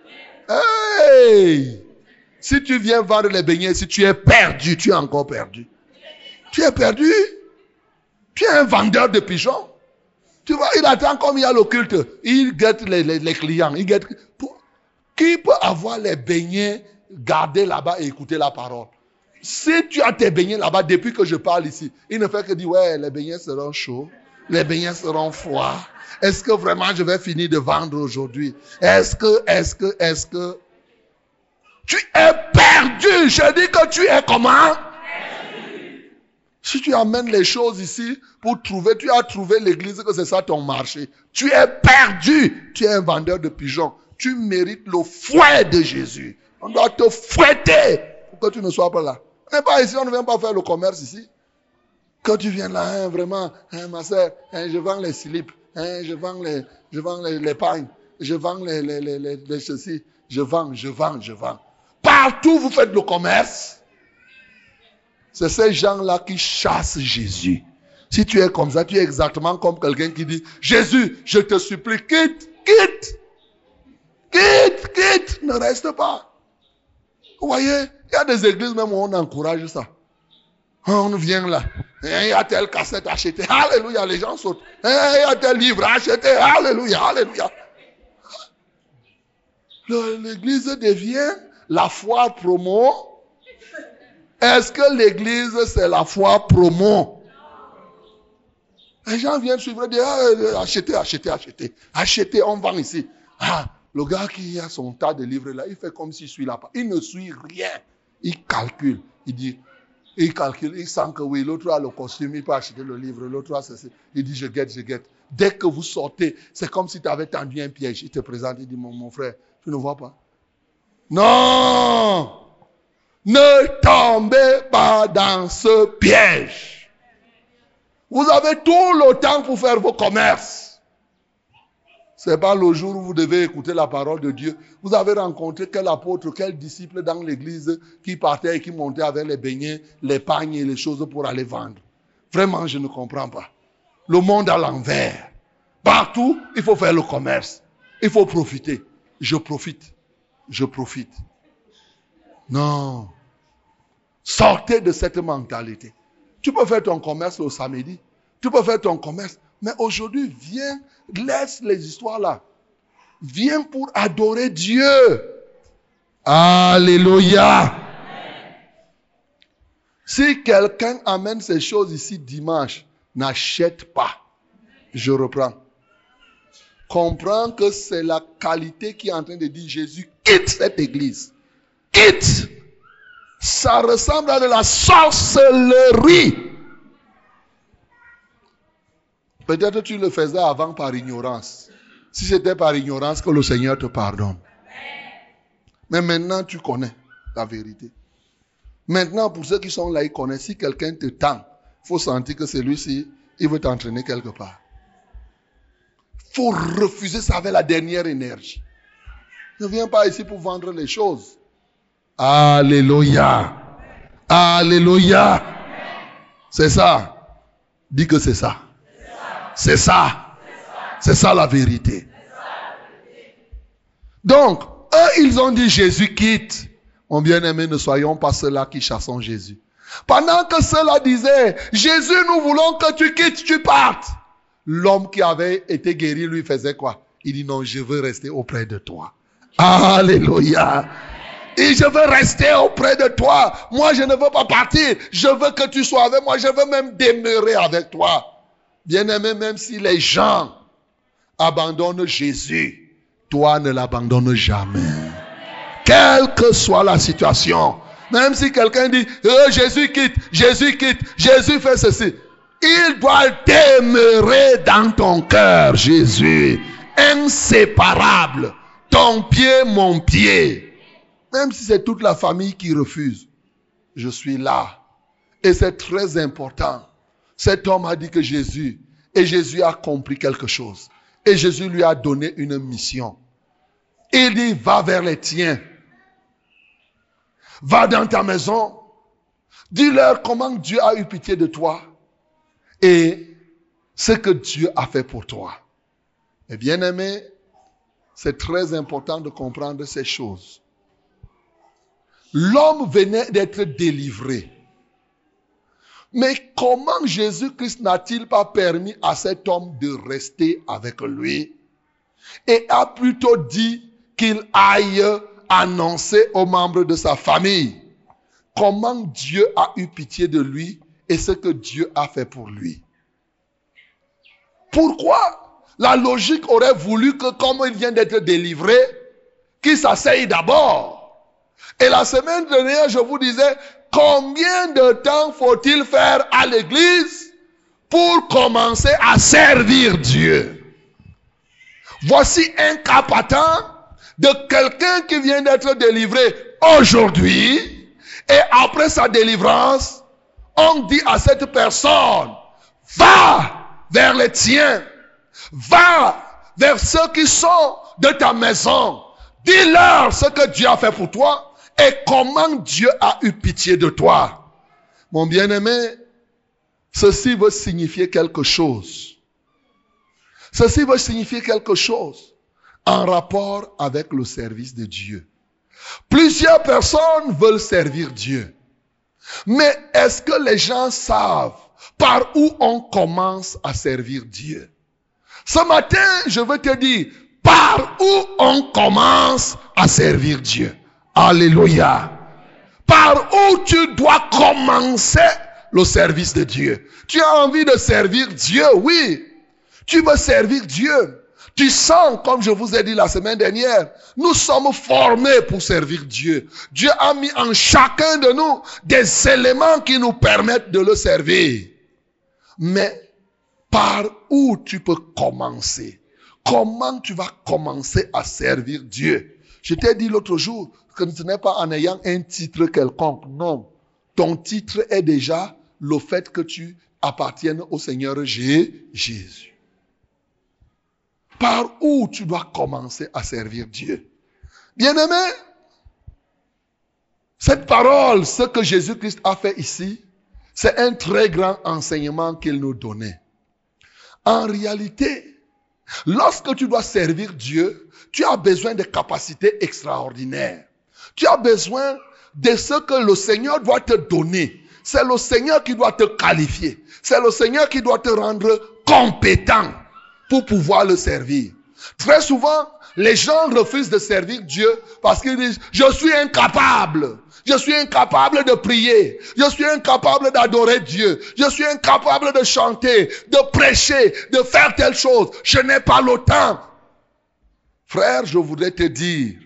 Hey! Si tu viens vendre les beignets ici, tu es perdu. Tu es encore perdu. Tu es perdu. Tu es un vendeur de pigeons. Tu vois, il attend comme il y a le culte. Il guette les clients. Qui peut avoir les beignets, garder là-bas et écouter la parole? Si tu as tes beignets là-bas, depuis que je parle ici, il ne fait que dire, ouais, les beignets seront chauds. Les beignets seront froids. Est-ce que vraiment je vais finir de vendre aujourd'hui? Est-ce que... Tu es perdu. Je dis que tu es comment? Si tu amènes les choses ici pour trouver, tu as trouvé l'église que c'est ça ton marché. Tu es perdu. Tu es un vendeur de pigeons. Tu mérites le fouet de Jésus. On doit te fouetter pour que tu ne sois pas là. On n'est pas ici, on ne vient pas faire le commerce ici. Quand tu viens là, vraiment, ma soeur, je vends les slips, je vends les pagnes, je vends les ceci, je vends. Partout vous faites le commerce. C'est ces gens-là qui chassent Jésus. Si tu es comme ça, tu es exactement comme quelqu'un qui dit, Jésus, je te supplie, quitte, ne reste pas. Vous voyez, il y a des églises même où on encourage ça. On vient là, il y a telle cassette achetée, alléluia, les gens sautent. Il y a tel livre acheté, alléluia. L'église devient la foire promo. Est-ce que l'église, c'est la foire promo? Les gens viennent suivre et disent, achetez, on vend ici. Le gars qui a son tas de livres là, il fait comme s'il suit là-bas. Il ne suit rien. Il calcule. Il sent que oui, l'autre a le costume, il peut acheter le livre, l'autre a ceci. Il dit, je guette. Dès que vous sortez, c'est comme si tu avais tendu un piège. Il te présente, il dit, mon frère, tu ne vois pas? Non! Ne tombez pas dans ce piège. Vous avez tout le temps pour faire vos commerces. Ce n'est pas le jour où vous devez écouter la parole de Dieu. Vous avez rencontré quel apôtre, quel disciple dans l'église qui partait et qui montait avec les beignets, les pagnes et les choses pour aller vendre. Vraiment, je ne comprends pas. le monde à l'envers. Partout, il faut faire le commerce. Il faut profiter. Je profite. Je profite. Non. Sortez de cette mentalité. Tu peux faire ton commerce le samedi. Tu peux faire ton commerce. Mais aujourd'hui, viens, laisse les histoires là. Viens pour adorer Dieu. Alléluia. Si quelqu'un amène ces choses ici dimanche, n'achète pas. Je reprends. Comprends que c'est la qualité qui est en train de dire Jésus, quitte cette église. Quitte. Ça ressemble à de la sorcellerie. Peut-être tu le faisais avant par ignorance. Si c'était par ignorance, que le Seigneur te pardonne. Mais maintenant, tu connais la vérité. Maintenant, pour ceux qui sont là, ils connaissent. Si quelqu'un te tend, il faut sentir que celui-ci, il veut t'entraîner quelque part. Il faut refuser ça avec la dernière énergie. Ne viens pas ici pour vendre les choses. Alléluia. Alléluia. C'est ça. Dis que c'est ça. C'est ça. C'est ça la vérité. Donc, eux, ils ont dit Jésus quitte. Mon bien-aimé, ne soyons pas ceux-là qui chassons Jésus. Pendant que ceux-là disaient, Jésus, nous voulons que tu quittes, tu partes. L'homme qui avait été guéri, lui, faisait quoi? Il dit non, je veux rester auprès de toi. Alléluia. Et je veux rester auprès de toi. Moi, je ne veux pas partir. Je veux que tu sois avec moi. Je veux même demeurer avec toi. Bien-aimé, même si les gens abandonnent Jésus, toi ne l'abandonnes jamais. Quelle que soit la situation. Même si quelqu'un dit, Jésus quitte, Jésus fait ceci. Il doit demeurer dans ton cœur, Jésus. Inséparable. Ton pied, mon pied. Même si c'est toute la famille qui refuse. Je suis là. Et c'est très important. Cet homme a dit que Jésus, et Jésus a compris quelque chose. Et Jésus lui a donné une mission. Il dit, va vers les tiens. Va dans ta maison. Dis-leur comment Dieu a eu pitié de toi. Et ce que Dieu a fait pour toi. Et bien aimé, c'est très important de comprendre ces choses. L'homme venait d'être délivré. Mais comment Jésus-Christ n'a-t-il pas permis à cet homme de rester avec lui? Et a plutôt dit qu'il aille annoncer aux membres de sa famille comment Dieu a eu pitié de lui et ce que Dieu a fait pour lui. Pourquoi? La logique aurait voulu que comme il vient d'être délivré, qu'il s'asseye d'abord. Et la semaine dernière, je vous disais, combien de temps faut-il faire à l'église pour commencer à servir Dieu? Voici un cas patent de quelqu'un qui vient d'être délivré aujourd'hui et après sa délivrance, on dit à cette personne, va vers les tiens, va vers ceux qui sont de ta maison, dis-leur ce que Dieu a fait pour toi et comment Dieu a eu pitié de toi. Mon bien-aimé, ceci veut signifier quelque chose. Ceci veut signifier quelque chose en rapport avec le service de Dieu. Plusieurs personnes veulent servir Dieu. Mais est-ce que les gens savent par où on commence à servir Dieu? Ce matin, je veux te dire, par où on commence à servir Dieu. Alléluia. Par où tu dois commencer le service de Dieu. Tu as envie de servir Dieu, oui. Tu veux servir Dieu. Tu sens, comme je vous ai dit la semaine dernière, nous sommes formés pour servir Dieu. Dieu a mis en chacun de nous des éléments qui nous permettent de le servir. Mais par où tu peux commencer? Comment tu vas commencer à servir Dieu? Je t'ai dit l'autre jour que ce n'est pas en ayant un titre quelconque. Non. Ton titre est déjà le fait que tu appartiennes au Seigneur Jésus. Par où tu dois commencer à servir Dieu? Bien-aimé, cette parole, ce que Jésus-Christ a fait ici, c'est un très grand enseignement qu'il nous donnait. En réalité, lorsque tu dois servir Dieu, tu as besoin de capacités extraordinaires. Tu as besoin de ce que le Seigneur doit te donner. C'est le Seigneur qui doit te qualifier. C'est le Seigneur qui doit te rendre compétent pour pouvoir le servir. Très souvent, les gens refusent de servir Dieu parce qu'ils disent « Je suis incapable. Je suis incapable de prier. Je suis incapable d'adorer Dieu. Je suis incapable de chanter, de prêcher, de faire telle chose. Je n'ai pas le temps. » Frère, je voudrais te dire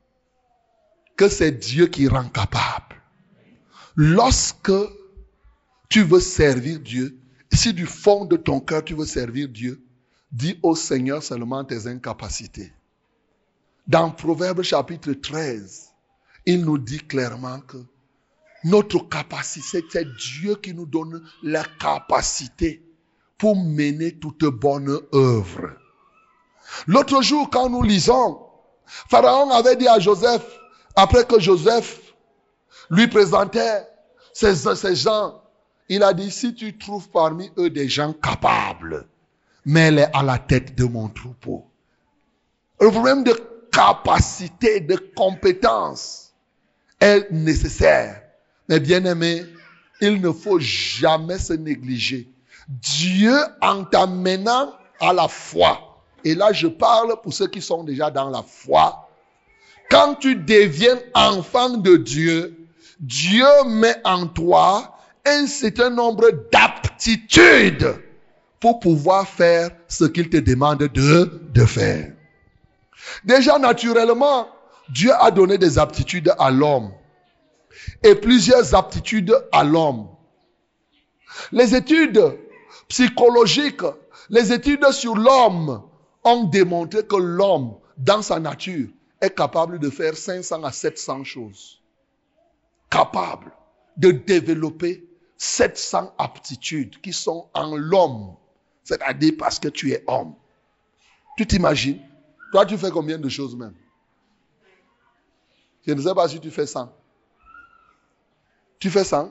que c'est Dieu qui rend capable. Lorsque tu veux servir Dieu, si du fond de ton cœur tu veux servir Dieu, dis au Seigneur seulement tes incapacités. Dans Proverbe chapitre 13, il nous dit clairement que notre capacité, c'est Dieu qui nous donne la capacité pour mener toute bonne œuvre. L'autre jour, quand nous lisons, Pharaon avait dit à Joseph, après que Joseph lui présentait ces gens, il a dit, si tu trouves parmi eux des gens capables, mets-les à la tête de mon troupeau. Le problème de capacité, de compétence est nécessaire. Mais bien aimé, il ne faut jamais se négliger. Dieu en t'amenant à la foi, et là je parle pour ceux qui sont déjà dans la foi, quand tu deviens enfant de Dieu, Dieu met en toi un certain nombre d'aptitudes pour pouvoir faire ce qu'il te demande de faire. Déjà naturellement, Dieu a donné des aptitudes à l'homme et plusieurs aptitudes à l'homme. Les études psychologiques, les études sur l'homme ont démontré que l'homme, dans sa nature, est capable de faire 500 à 700 choses. Capable de développer 700 aptitudes qui sont en l'homme. C'est-à-dire parce que tu es homme. Tu t'imagines? Toi, tu fais combien de choses même? Je ne sais pas si tu fais 100. Tu fais 100?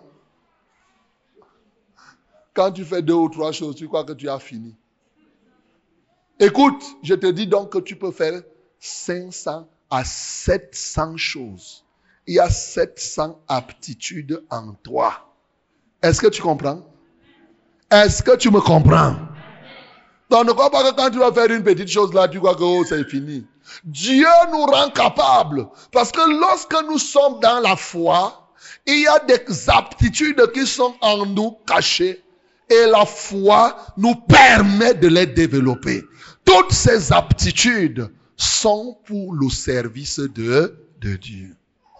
Quand tu fais 2 ou 3 choses, tu crois que tu as fini. Écoute, je te dis donc que tu peux faire 500 à 700 choses. Il y a 700 aptitudes en toi. Est-ce que tu comprends? Est-ce que tu me comprends? Donc ne crois pas que quand tu vas faire une petite chose là, tu crois que oh, c'est fini. Dieu nous rend capables. Parce que lorsque nous sommes dans la foi, il y a des aptitudes qui sont en nous cachées. Et la foi nous permet de les développer. Toutes ces aptitudes sont pour le service de Dieu.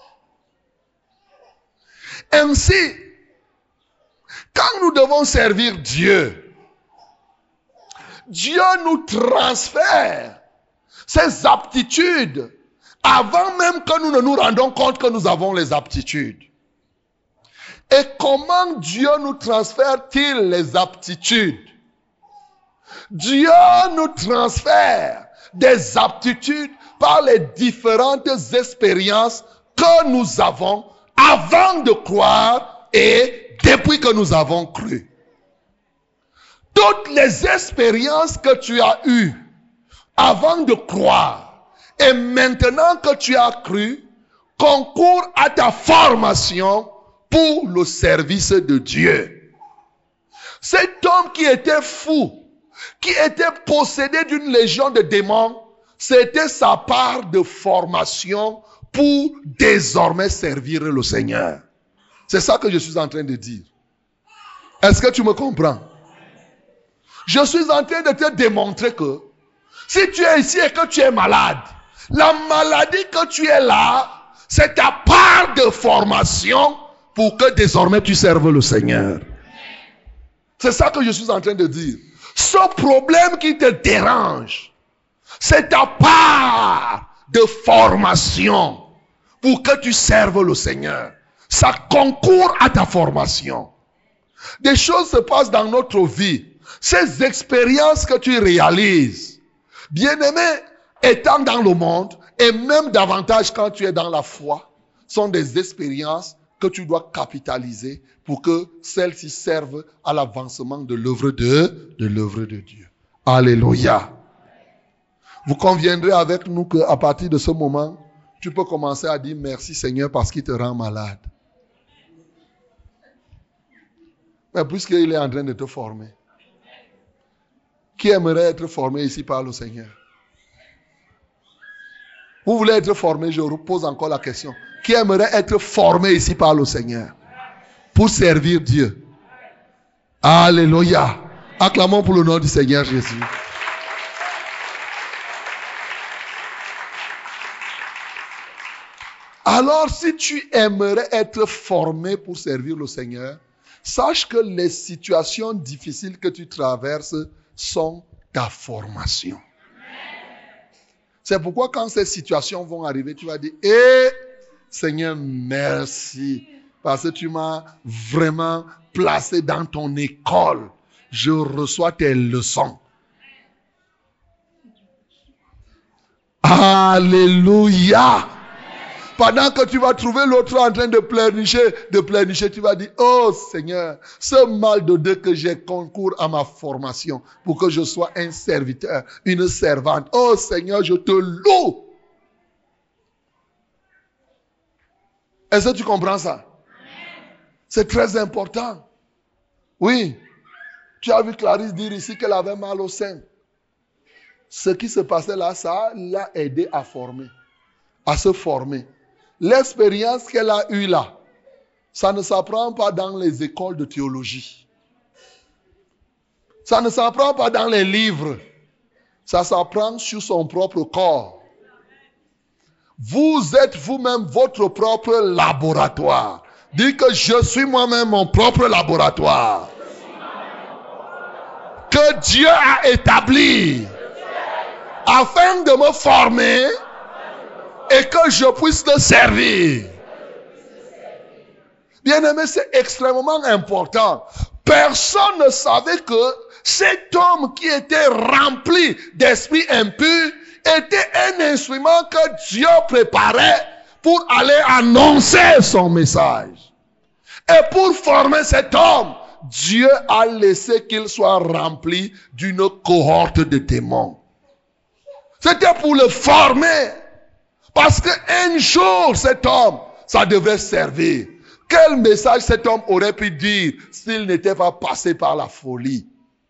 Ainsi, quand nous devons servir Dieu, Dieu nous transfère ces aptitudes avant même que nous ne nous rendons compte que nous avons les aptitudes. Et comment Dieu nous transfère-t-il les aptitudes? Dieu nous transfère des aptitudes par les différentes expériences que nous avons avant de croire et depuis que nous avons cru. Toutes les expériences que tu as eues avant de croire et maintenant que tu as cru concourent à ta formation pour le service de Dieu. Cet homme qui était fou, qui était possédé d'une légion de démons, c'était sa part de formation pour désormais servir le Seigneur. C'est ça que je suis en train de dire. Est-ce que tu me comprends? Je suis en train de te démontrer que si tu es ici et que tu es malade, la maladie que tu es là, c'est ta part de formation pour que désormais tu serves le Seigneur. C'est ça que je suis en train de dire. Ce problème qui te dérange, c'est ta part de formation pour que tu serves le Seigneur. Ça concourt à ta formation. Des choses se passent dans notre vie. Ces expériences que tu réalises, bien-aimé, étant dans le monde, et même davantage quand tu es dans la foi, sont des expériences que tu dois capitaliser pour que celles-ci servent à l'avancement de l'œuvre de Dieu. Alléluia. Vous conviendrez avec nous qu'à partir de ce moment, tu peux commencer à dire merci Seigneur parce qu'il te rend malade. Mais puisqu'il est en train de te former, qui aimerait être formé ici par le Seigneur? Vous voulez être formé, je repose encore la question. Qui aimerait être formé ici par le Seigneur pour servir Dieu? Alléluia. Acclamons pour le nom du Seigneur Jésus. Alors, si tu aimerais être formé pour servir le Seigneur, sache que les situations difficiles que tu traverses sont ta formation. C'est pourquoi quand ces situations vont arriver, tu vas dire, Seigneur, merci, parce que tu m'as vraiment placé dans ton école. Je reçois tes leçons. Alléluia. Pendant que tu vas trouver l'autre en train de pleurnicher, tu vas dire, oh Seigneur, ce mal de deux que j'ai concourt à ma formation pour que je sois un serviteur, une servante. Oh Seigneur, je te loue. Est-ce que tu comprends ça? C'est très important. Oui. Tu as vu Clarisse dire ici qu'elle avait mal au sein. Ce qui se passait là, ça l'a aidé à former, à se former. L'expérience qu'elle a eue là, ça ne s'apprend pas dans les écoles de théologie. Ça ne s'apprend pas dans les livres. Ça s'apprend sur son propre corps. Vous êtes vous-même votre propre laboratoire. Dis que je suis moi-même mon propre laboratoire. Que Dieu a établi afin de me former et que je puisse te servir. Bien-aimé, c'est extrêmement important. Personne ne savait que cet homme qui était rempli d'esprit impur était un instrument que Dieu préparait pour aller annoncer son message. Et pour former cet homme, Dieu a laissé qu'il soit rempli d'une cohorte de démons. C'était pour le former. Parce qu'un jour, cet homme, ça devait servir. Quel message cet homme aurait pu dire s'il n'était pas passé par la folie?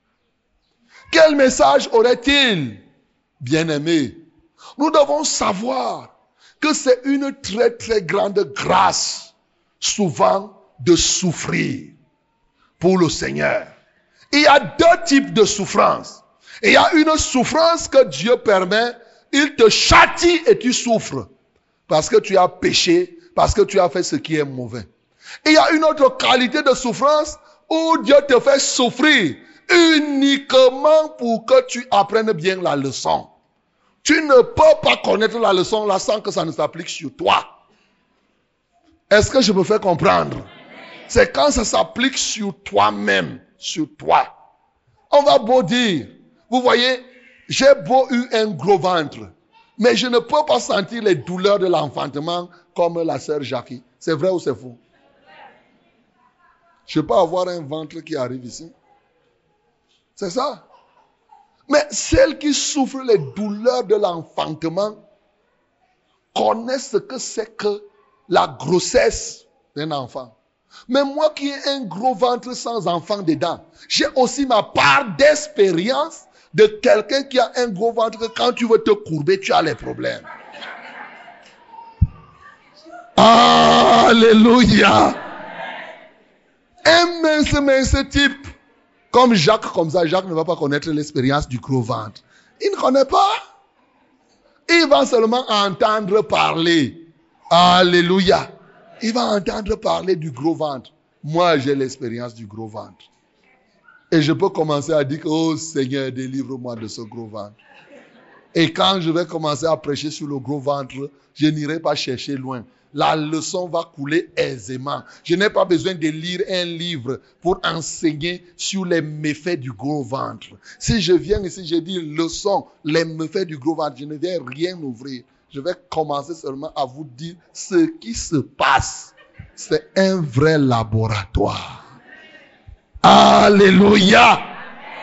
Quel message aurait-il? Bien-aimé, nous devons savoir que c'est une très très grande grâce, souvent, de souffrir pour le Seigneur. Il y a deux types de souffrance. Il y a une souffrance que Dieu permet. Il te châtie et tu souffres. Parce que tu as péché, parce que tu as fait ce qui est mauvais. Et il y a une autre qualité de souffrance où Dieu te fait souffrir uniquement pour que tu apprennes bien la leçon. Tu ne peux pas connaître la leçon là sans que ça ne s'applique sur toi. Est-ce que je me fais comprendre? C'est quand ça s'applique sur toi-même, sur toi. On va beau dire, vous voyez, j'ai beau eu un gros ventre, mais je ne peux pas sentir les douleurs de l'enfantement comme la sœur Jackie. C'est vrai ou c'est faux? Je peux avoir un ventre qui arrive ici. C'est ça. Mais celles qui souffrent les douleurs de l'enfantement connaissent ce que c'est que la grossesse d'un enfant. Mais moi qui ai un gros ventre sans enfant dedans, j'ai aussi ma part d'expérience de quelqu'un qui a un gros ventre que quand tu veux te courber, tu as les problèmes. Alléluia. Un mince type, comme Jacques, comme ça, Jacques ne va pas connaître l'expérience du gros ventre. Il ne connaît pas. Il va seulement entendre parler. Alléluia. Il va entendre parler du gros ventre. Moi, j'ai l'expérience du gros ventre. Et je peux commencer à dire que, oh Seigneur, délivre-moi de ce gros ventre. Et quand je vais commencer à prêcher sur le gros ventre, je n'irai pas chercher loin. La leçon va couler aisément. Je n'ai pas besoin de lire un livre pour enseigner sur les méfaits du gros ventre. Si je viens ici, je dis leçon, les méfaits du gros ventre, je ne vais rien ouvrir. Je vais commencer seulement à vous dire ce qui se passe. C'est un vrai laboratoire. Alléluia.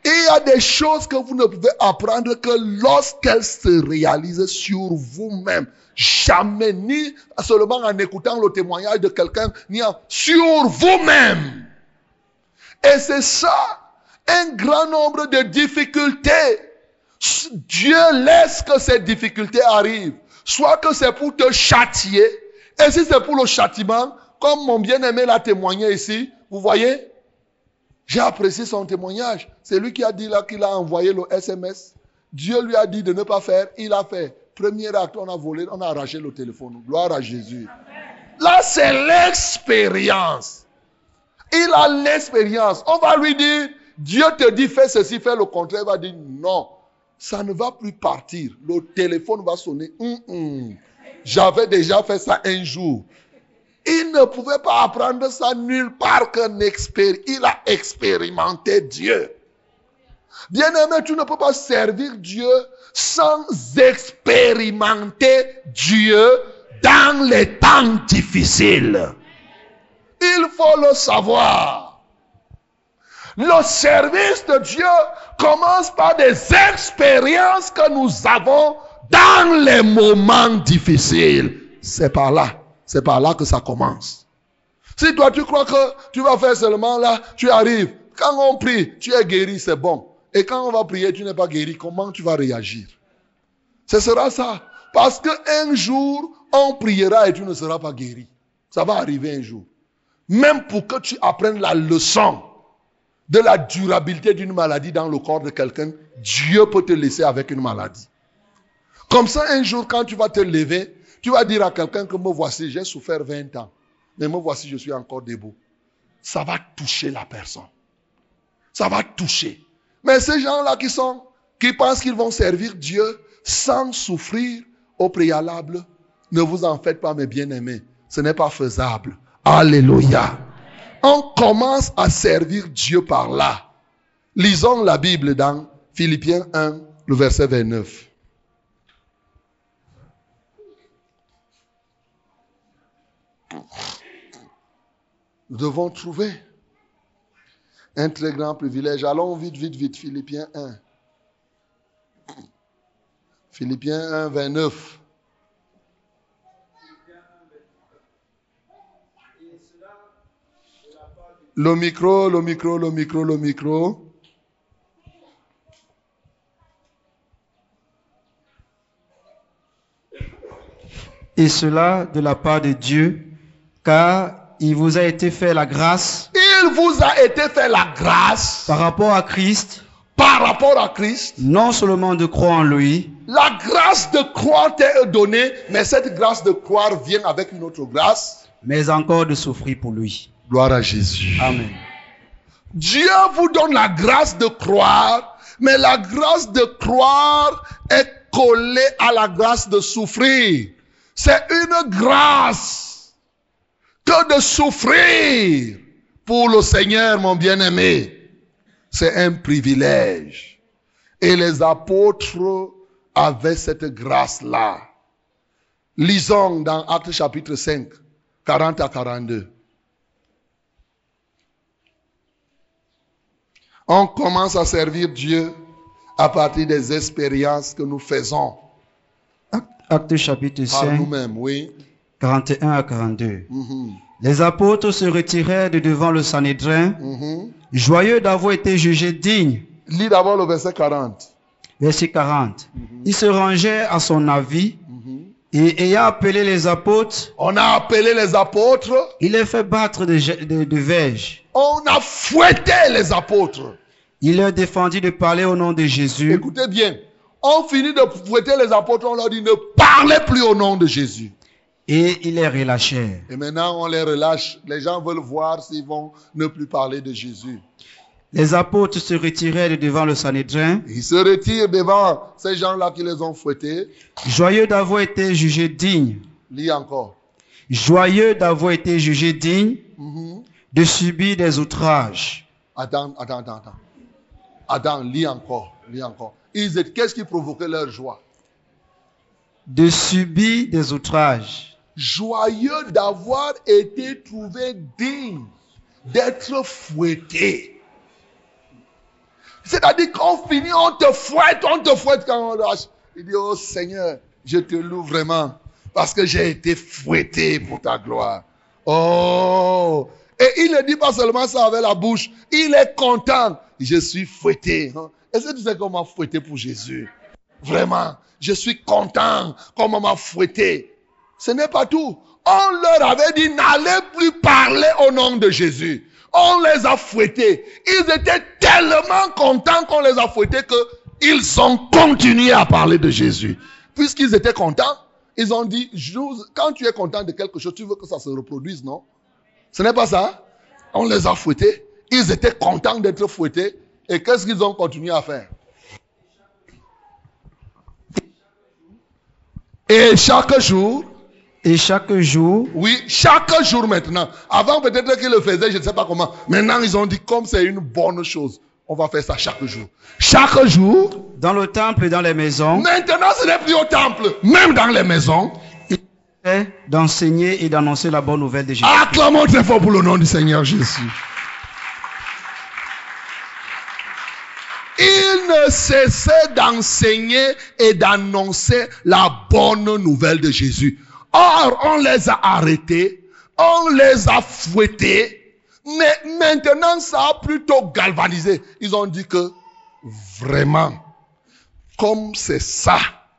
Et il y a des choses que vous ne pouvez apprendre que lorsqu'elles se réalisent sur vous-même. Jamais, ni seulement en écoutant le témoignage de quelqu'un, ni sur vous-même. Et c'est ça, un grand nombre de difficultés. Dieu laisse que ces difficultés arrivent. Soit que c'est pour te châtier. Et si c'est pour le châtiment, comme mon bien-aimé l'a témoigné ici, vous voyez, j'ai apprécié son témoignage. C'est lui qui a dit là qu'il a envoyé le SMS. Dieu lui a dit de ne pas faire, il a fait. Premier acte, on a volé, on a arraché le téléphone. Gloire à Jésus. Là, c'est l'expérience. Il a l'expérience. On va lui dire, Dieu te dit fais ceci, fais le contraire. Il va dire non, ça ne va plus partir. Le téléphone va sonner. J'avais déjà fait ça un jour. Il ne pouvait pas apprendre ça nulle part qu'un expert. Il a expérimenté Dieu. Bien-aimé, tu ne peux pas servir Dieu sans expérimenter Dieu dans les temps difficiles. Il faut le savoir. Le service de Dieu commence par des expériences que nous avons dans les moments difficiles. C'est par là que ça commence. Si toi tu crois que tu vas faire seulement là, tu arrives. Quand on prie, tu es guéri, c'est bon. Et quand on va prier, tu n'es pas guéri, comment tu vas réagir? Ce sera ça. Parce qu'un jour, on priera et tu ne seras pas guéri. Ça va arriver un jour. Même pour que tu apprennes la leçon de la durabilité d'une maladie dans le corps de quelqu'un, Dieu peut te laisser avec une maladie. Comme ça, un jour, quand tu vas te lever, tu vas dire à quelqu'un que me voici, j'ai souffert 20 ans. Mais me voici, je suis encore debout. Ça va toucher la personne. Ça va toucher. Mais ces gens-là qui pensent qu'ils vont servir Dieu sans souffrir au préalable, ne vous en faites pas, mes bien-aimés. Ce n'est pas faisable. Alléluia. On commence à servir Dieu par là. Lisons la Bible dans Philippiens 1, le verset 29. Nous devons trouver un très grand privilège. Allons vite, vite, vite. Philippiens 1. Philippiens 1, 29. Le micro. Et cela de la part de Dieu, car il vous a été fait la grâce. Il vous a été fait la grâce. Par rapport à Christ. Par rapport à Christ. Non seulement de croire en lui. La grâce de croire t'est donnée, mais cette grâce de croire vient avec une autre grâce. Mais encore de souffrir pour lui. Gloire à Jésus. Amen. Dieu vous donne la grâce de croire, mais la grâce de croire est collée à la grâce de souffrir. C'est une grâce que de souffrir pour le Seigneur, mon bien-aimé. C'est un privilège. Et les apôtres avaient cette grâce-là. Lisons dans Actes chapitre 5, 40 à 42. On commence à servir Dieu à partir des expériences que nous faisons. Actes chapitre 5, par nous-mêmes, oui. 41 à 42. Les apôtres se retirèrent de devant le Sanhédrin, joyeux d'avoir été jugés dignes. Lis d'abord le verset 40. Verset 40. Ils se rangeaient à son avis, et ayant appelé les apôtres, on a appelé les apôtres, il les fait battre de verges. On a fouetté les apôtres. Il leur défendit de parler au nom de Jésus. Écoutez bien, on finit de fouetter les apôtres, on leur dit ne parlez plus au nom de Jésus. Et ils les relâchèrent. Et maintenant on les relâche. Les gens veulent voir s'ils vont ne plus parler de Jésus. Les apôtres se retirèrent de devant le Sanhédrin. Ils se retirent devant ces gens-là qui les ont fouettés. Joyeux d'avoir été jugés dignes. Lis encore. Joyeux d'avoir été jugés dignes de subir des outrages. Attends, lis encore. Qu'est-ce qui provoquait leur joie? De subir des outrages. Joyeux d'avoir été trouvés dignes d'être fouettés. C'est-à-dire qu'on finit, on te fouette quand on lâche. Il dit, oh Seigneur, je te loue vraiment parce que j'ai été fouetté pour ta gloire. Oh! Et il ne dit pas seulement ça avec la bouche. Il est content. Je suis fouetté. Est-ce que tu sais comment fouetter pour Jésus? Vraiment. Je suis content comment m'a fouetté. Ce n'est pas tout. On leur avait dit, n'allez plus parler au nom de Jésus. On les a fouettés. Ils étaient tellement contents qu'on les a fouettés qu'ils ont continué à parler de Jésus. Puisqu'ils étaient contents, ils ont dit, quand tu es content de quelque chose, tu veux que ça se reproduise, non? Ce n'est pas ça. On les a fouettés. Ils étaient contents d'être fouettés. Et qu'est-ce qu'ils ont continué à faire? Et chaque jour. Oui, chaque jour maintenant. Avant peut-être qu'ils le faisaient, je ne sais pas comment. Maintenant ils ont dit, comme c'est une bonne chose, on va faire ça chaque jour. Chaque jour. Dans le temple et dans les maisons. Maintenant ce n'est plus au temple, même dans les maisons. D'enseigner et d'annoncer la bonne nouvelle de Jésus. Acclamons très fort pour le nom du Seigneur Jésus. Ils ne cessaient d'enseigner et d'annoncer la bonne nouvelle de Jésus. Or, on les a arrêtés, on les a fouettés, mais maintenant ça a plutôt galvanisé. Ils ont dit que vraiment, comme c'est ça,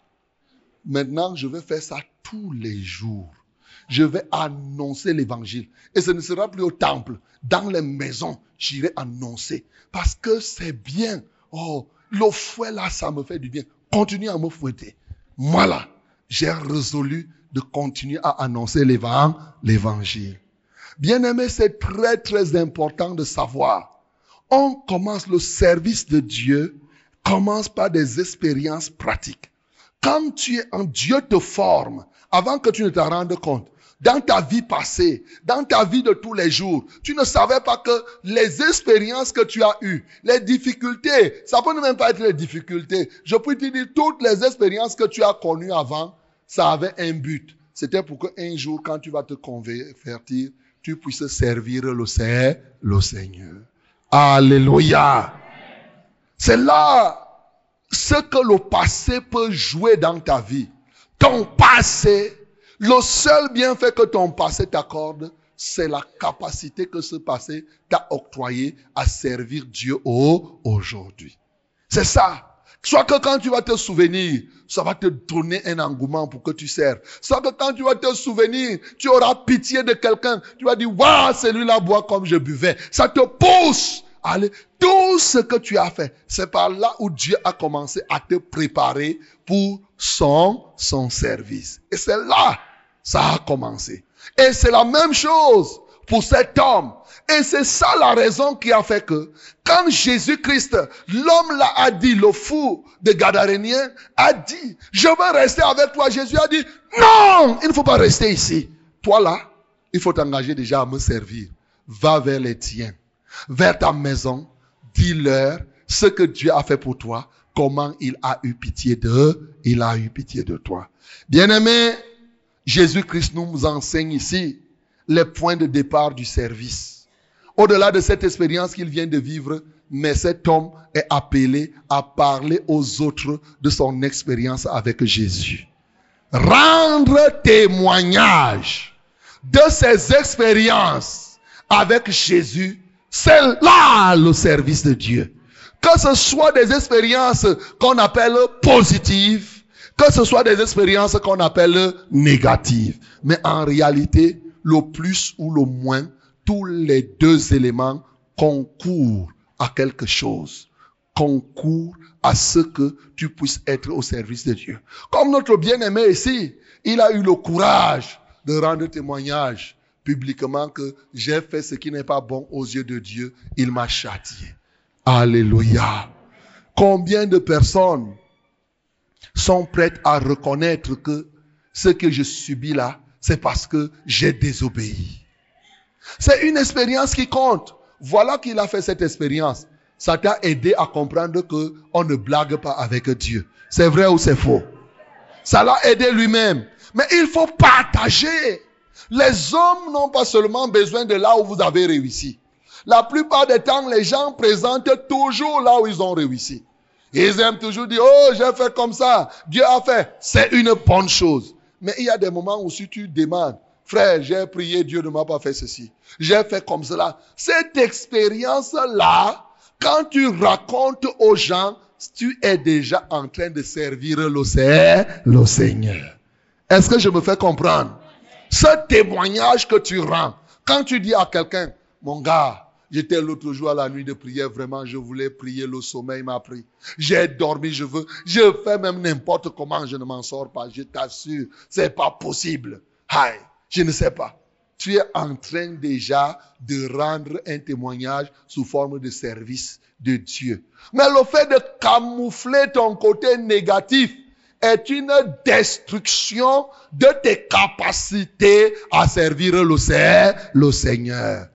maintenant je vais faire ça tous les jours. Je vais annoncer l'évangile. Et ce ne sera plus au temple. Dans les maisons, j'irai annoncer. Parce que c'est bien. Oh, le fouet là, ça me fait du bien. Continue à me fouetter. Moi là, j'ai résolu de continuer à annoncer l'évangile. Bien-aimé, c'est très très important de savoir. On commence le service de Dieu, commence par des expériences pratiques. Quand tu es en Dieu te forme, avant que tu ne te rendes compte, dans ta vie passée, dans ta vie de tous les jours, tu ne savais pas que les expériences que tu as eues, les difficultés, ça peut même pas être les difficultés. Je peux te dire, toutes les expériences que tu as connues avant, ça avait un but. C'était pour qu'un jour, quand tu vas te convertir, tu puisses servir le Seigneur. Alléluia. C'est là ce que le passé peut jouer dans ta vie. Ton passé, le seul bienfait que ton passé t'accorde, c'est la capacité que ce passé t'a octroyé à servir Dieu aujourd'hui. C'est ça. Soit que quand tu vas te souvenir, ça va te donner un engouement pour que tu serves. Soit que quand tu vas te souvenir, tu auras pitié de quelqu'un. Tu vas dire, waouh, celui-là boit comme je buvais. Ça te pousse. Allez, tout ce que tu as fait, c'est par là où Dieu a commencé à te préparer pour son service. Et c'est là, ça a commencé. Et c'est la même chose pour cet homme. Et c'est ça la raison qui a fait que, quand Jésus-Christ, l'homme là a dit, le fou de Gadarénien, a dit, je veux rester avec toi. Jésus a dit, non, il ne faut pas rester ici. Toi là, il faut t'engager déjà à me servir. Va vers les tiens, vers ta maison, dis-leur ce que Dieu a fait pour toi, comment il a eu pitié de toi. Bien-aimé, Jésus-Christ nous enseigne ici les points de départ du service. Au-delà de cette expérience qu'il vient de vivre, mais cet homme est appelé à parler aux autres de son expérience avec Jésus. Rendre témoignage de ses expériences avec Jésus, c'est là le service de Dieu. Que ce soit des expériences qu'on appelle positives, que ce soit des expériences qu'on appelle négatives. Mais en réalité, le plus ou le moins, tous les deux éléments concourent à quelque chose. Concourent à ce que tu puisses être au service de Dieu. Comme notre bien-aimé ici, il a eu le courage de rendre témoignage publiquement que j'ai fait ce qui n'est pas bon aux yeux de Dieu. Il m'a châtié. Alléluia. Combien de personnes sont prêtes à reconnaître que ce que je subis là, c'est parce que j'ai désobéi. C'est une expérience qui compte. Voilà qu'il a fait cette expérience. Ça t'a aidé à comprendre que on ne blague pas avec Dieu. C'est vrai ou c'est faux? Ça l'a aidé lui-même. Mais il faut partager. Les hommes n'ont pas seulement besoin de là où vous avez réussi. La plupart des temps, les gens présentent toujours là où ils ont réussi. Ils aiment toujours dire, oh, j'ai fait comme ça, Dieu a fait. C'est une bonne chose. Mais il y a des moments où si tu demandes, frère, j'ai prié, Dieu ne m'a pas fait ceci. J'ai fait comme cela. Cette expérience-là, quand tu racontes aux gens, tu es déjà en train de servir le Seigneur. Est-ce que je me fais comprendre? Ce témoignage que tu rends, quand tu dis à quelqu'un, mon gars, j'étais l'autre jour à la nuit de prière, vraiment, je voulais prier, le sommeil m'a pris. J'ai dormi, je fais même n'importe comment, je ne m'en sors pas, je t'assure, c'est pas possible. Aïe, je ne sais pas. Tu es en train déjà de rendre un témoignage sous forme de service de Dieu. Mais le fait de camoufler ton côté négatif est une destruction de tes capacités à servir le Seigneur.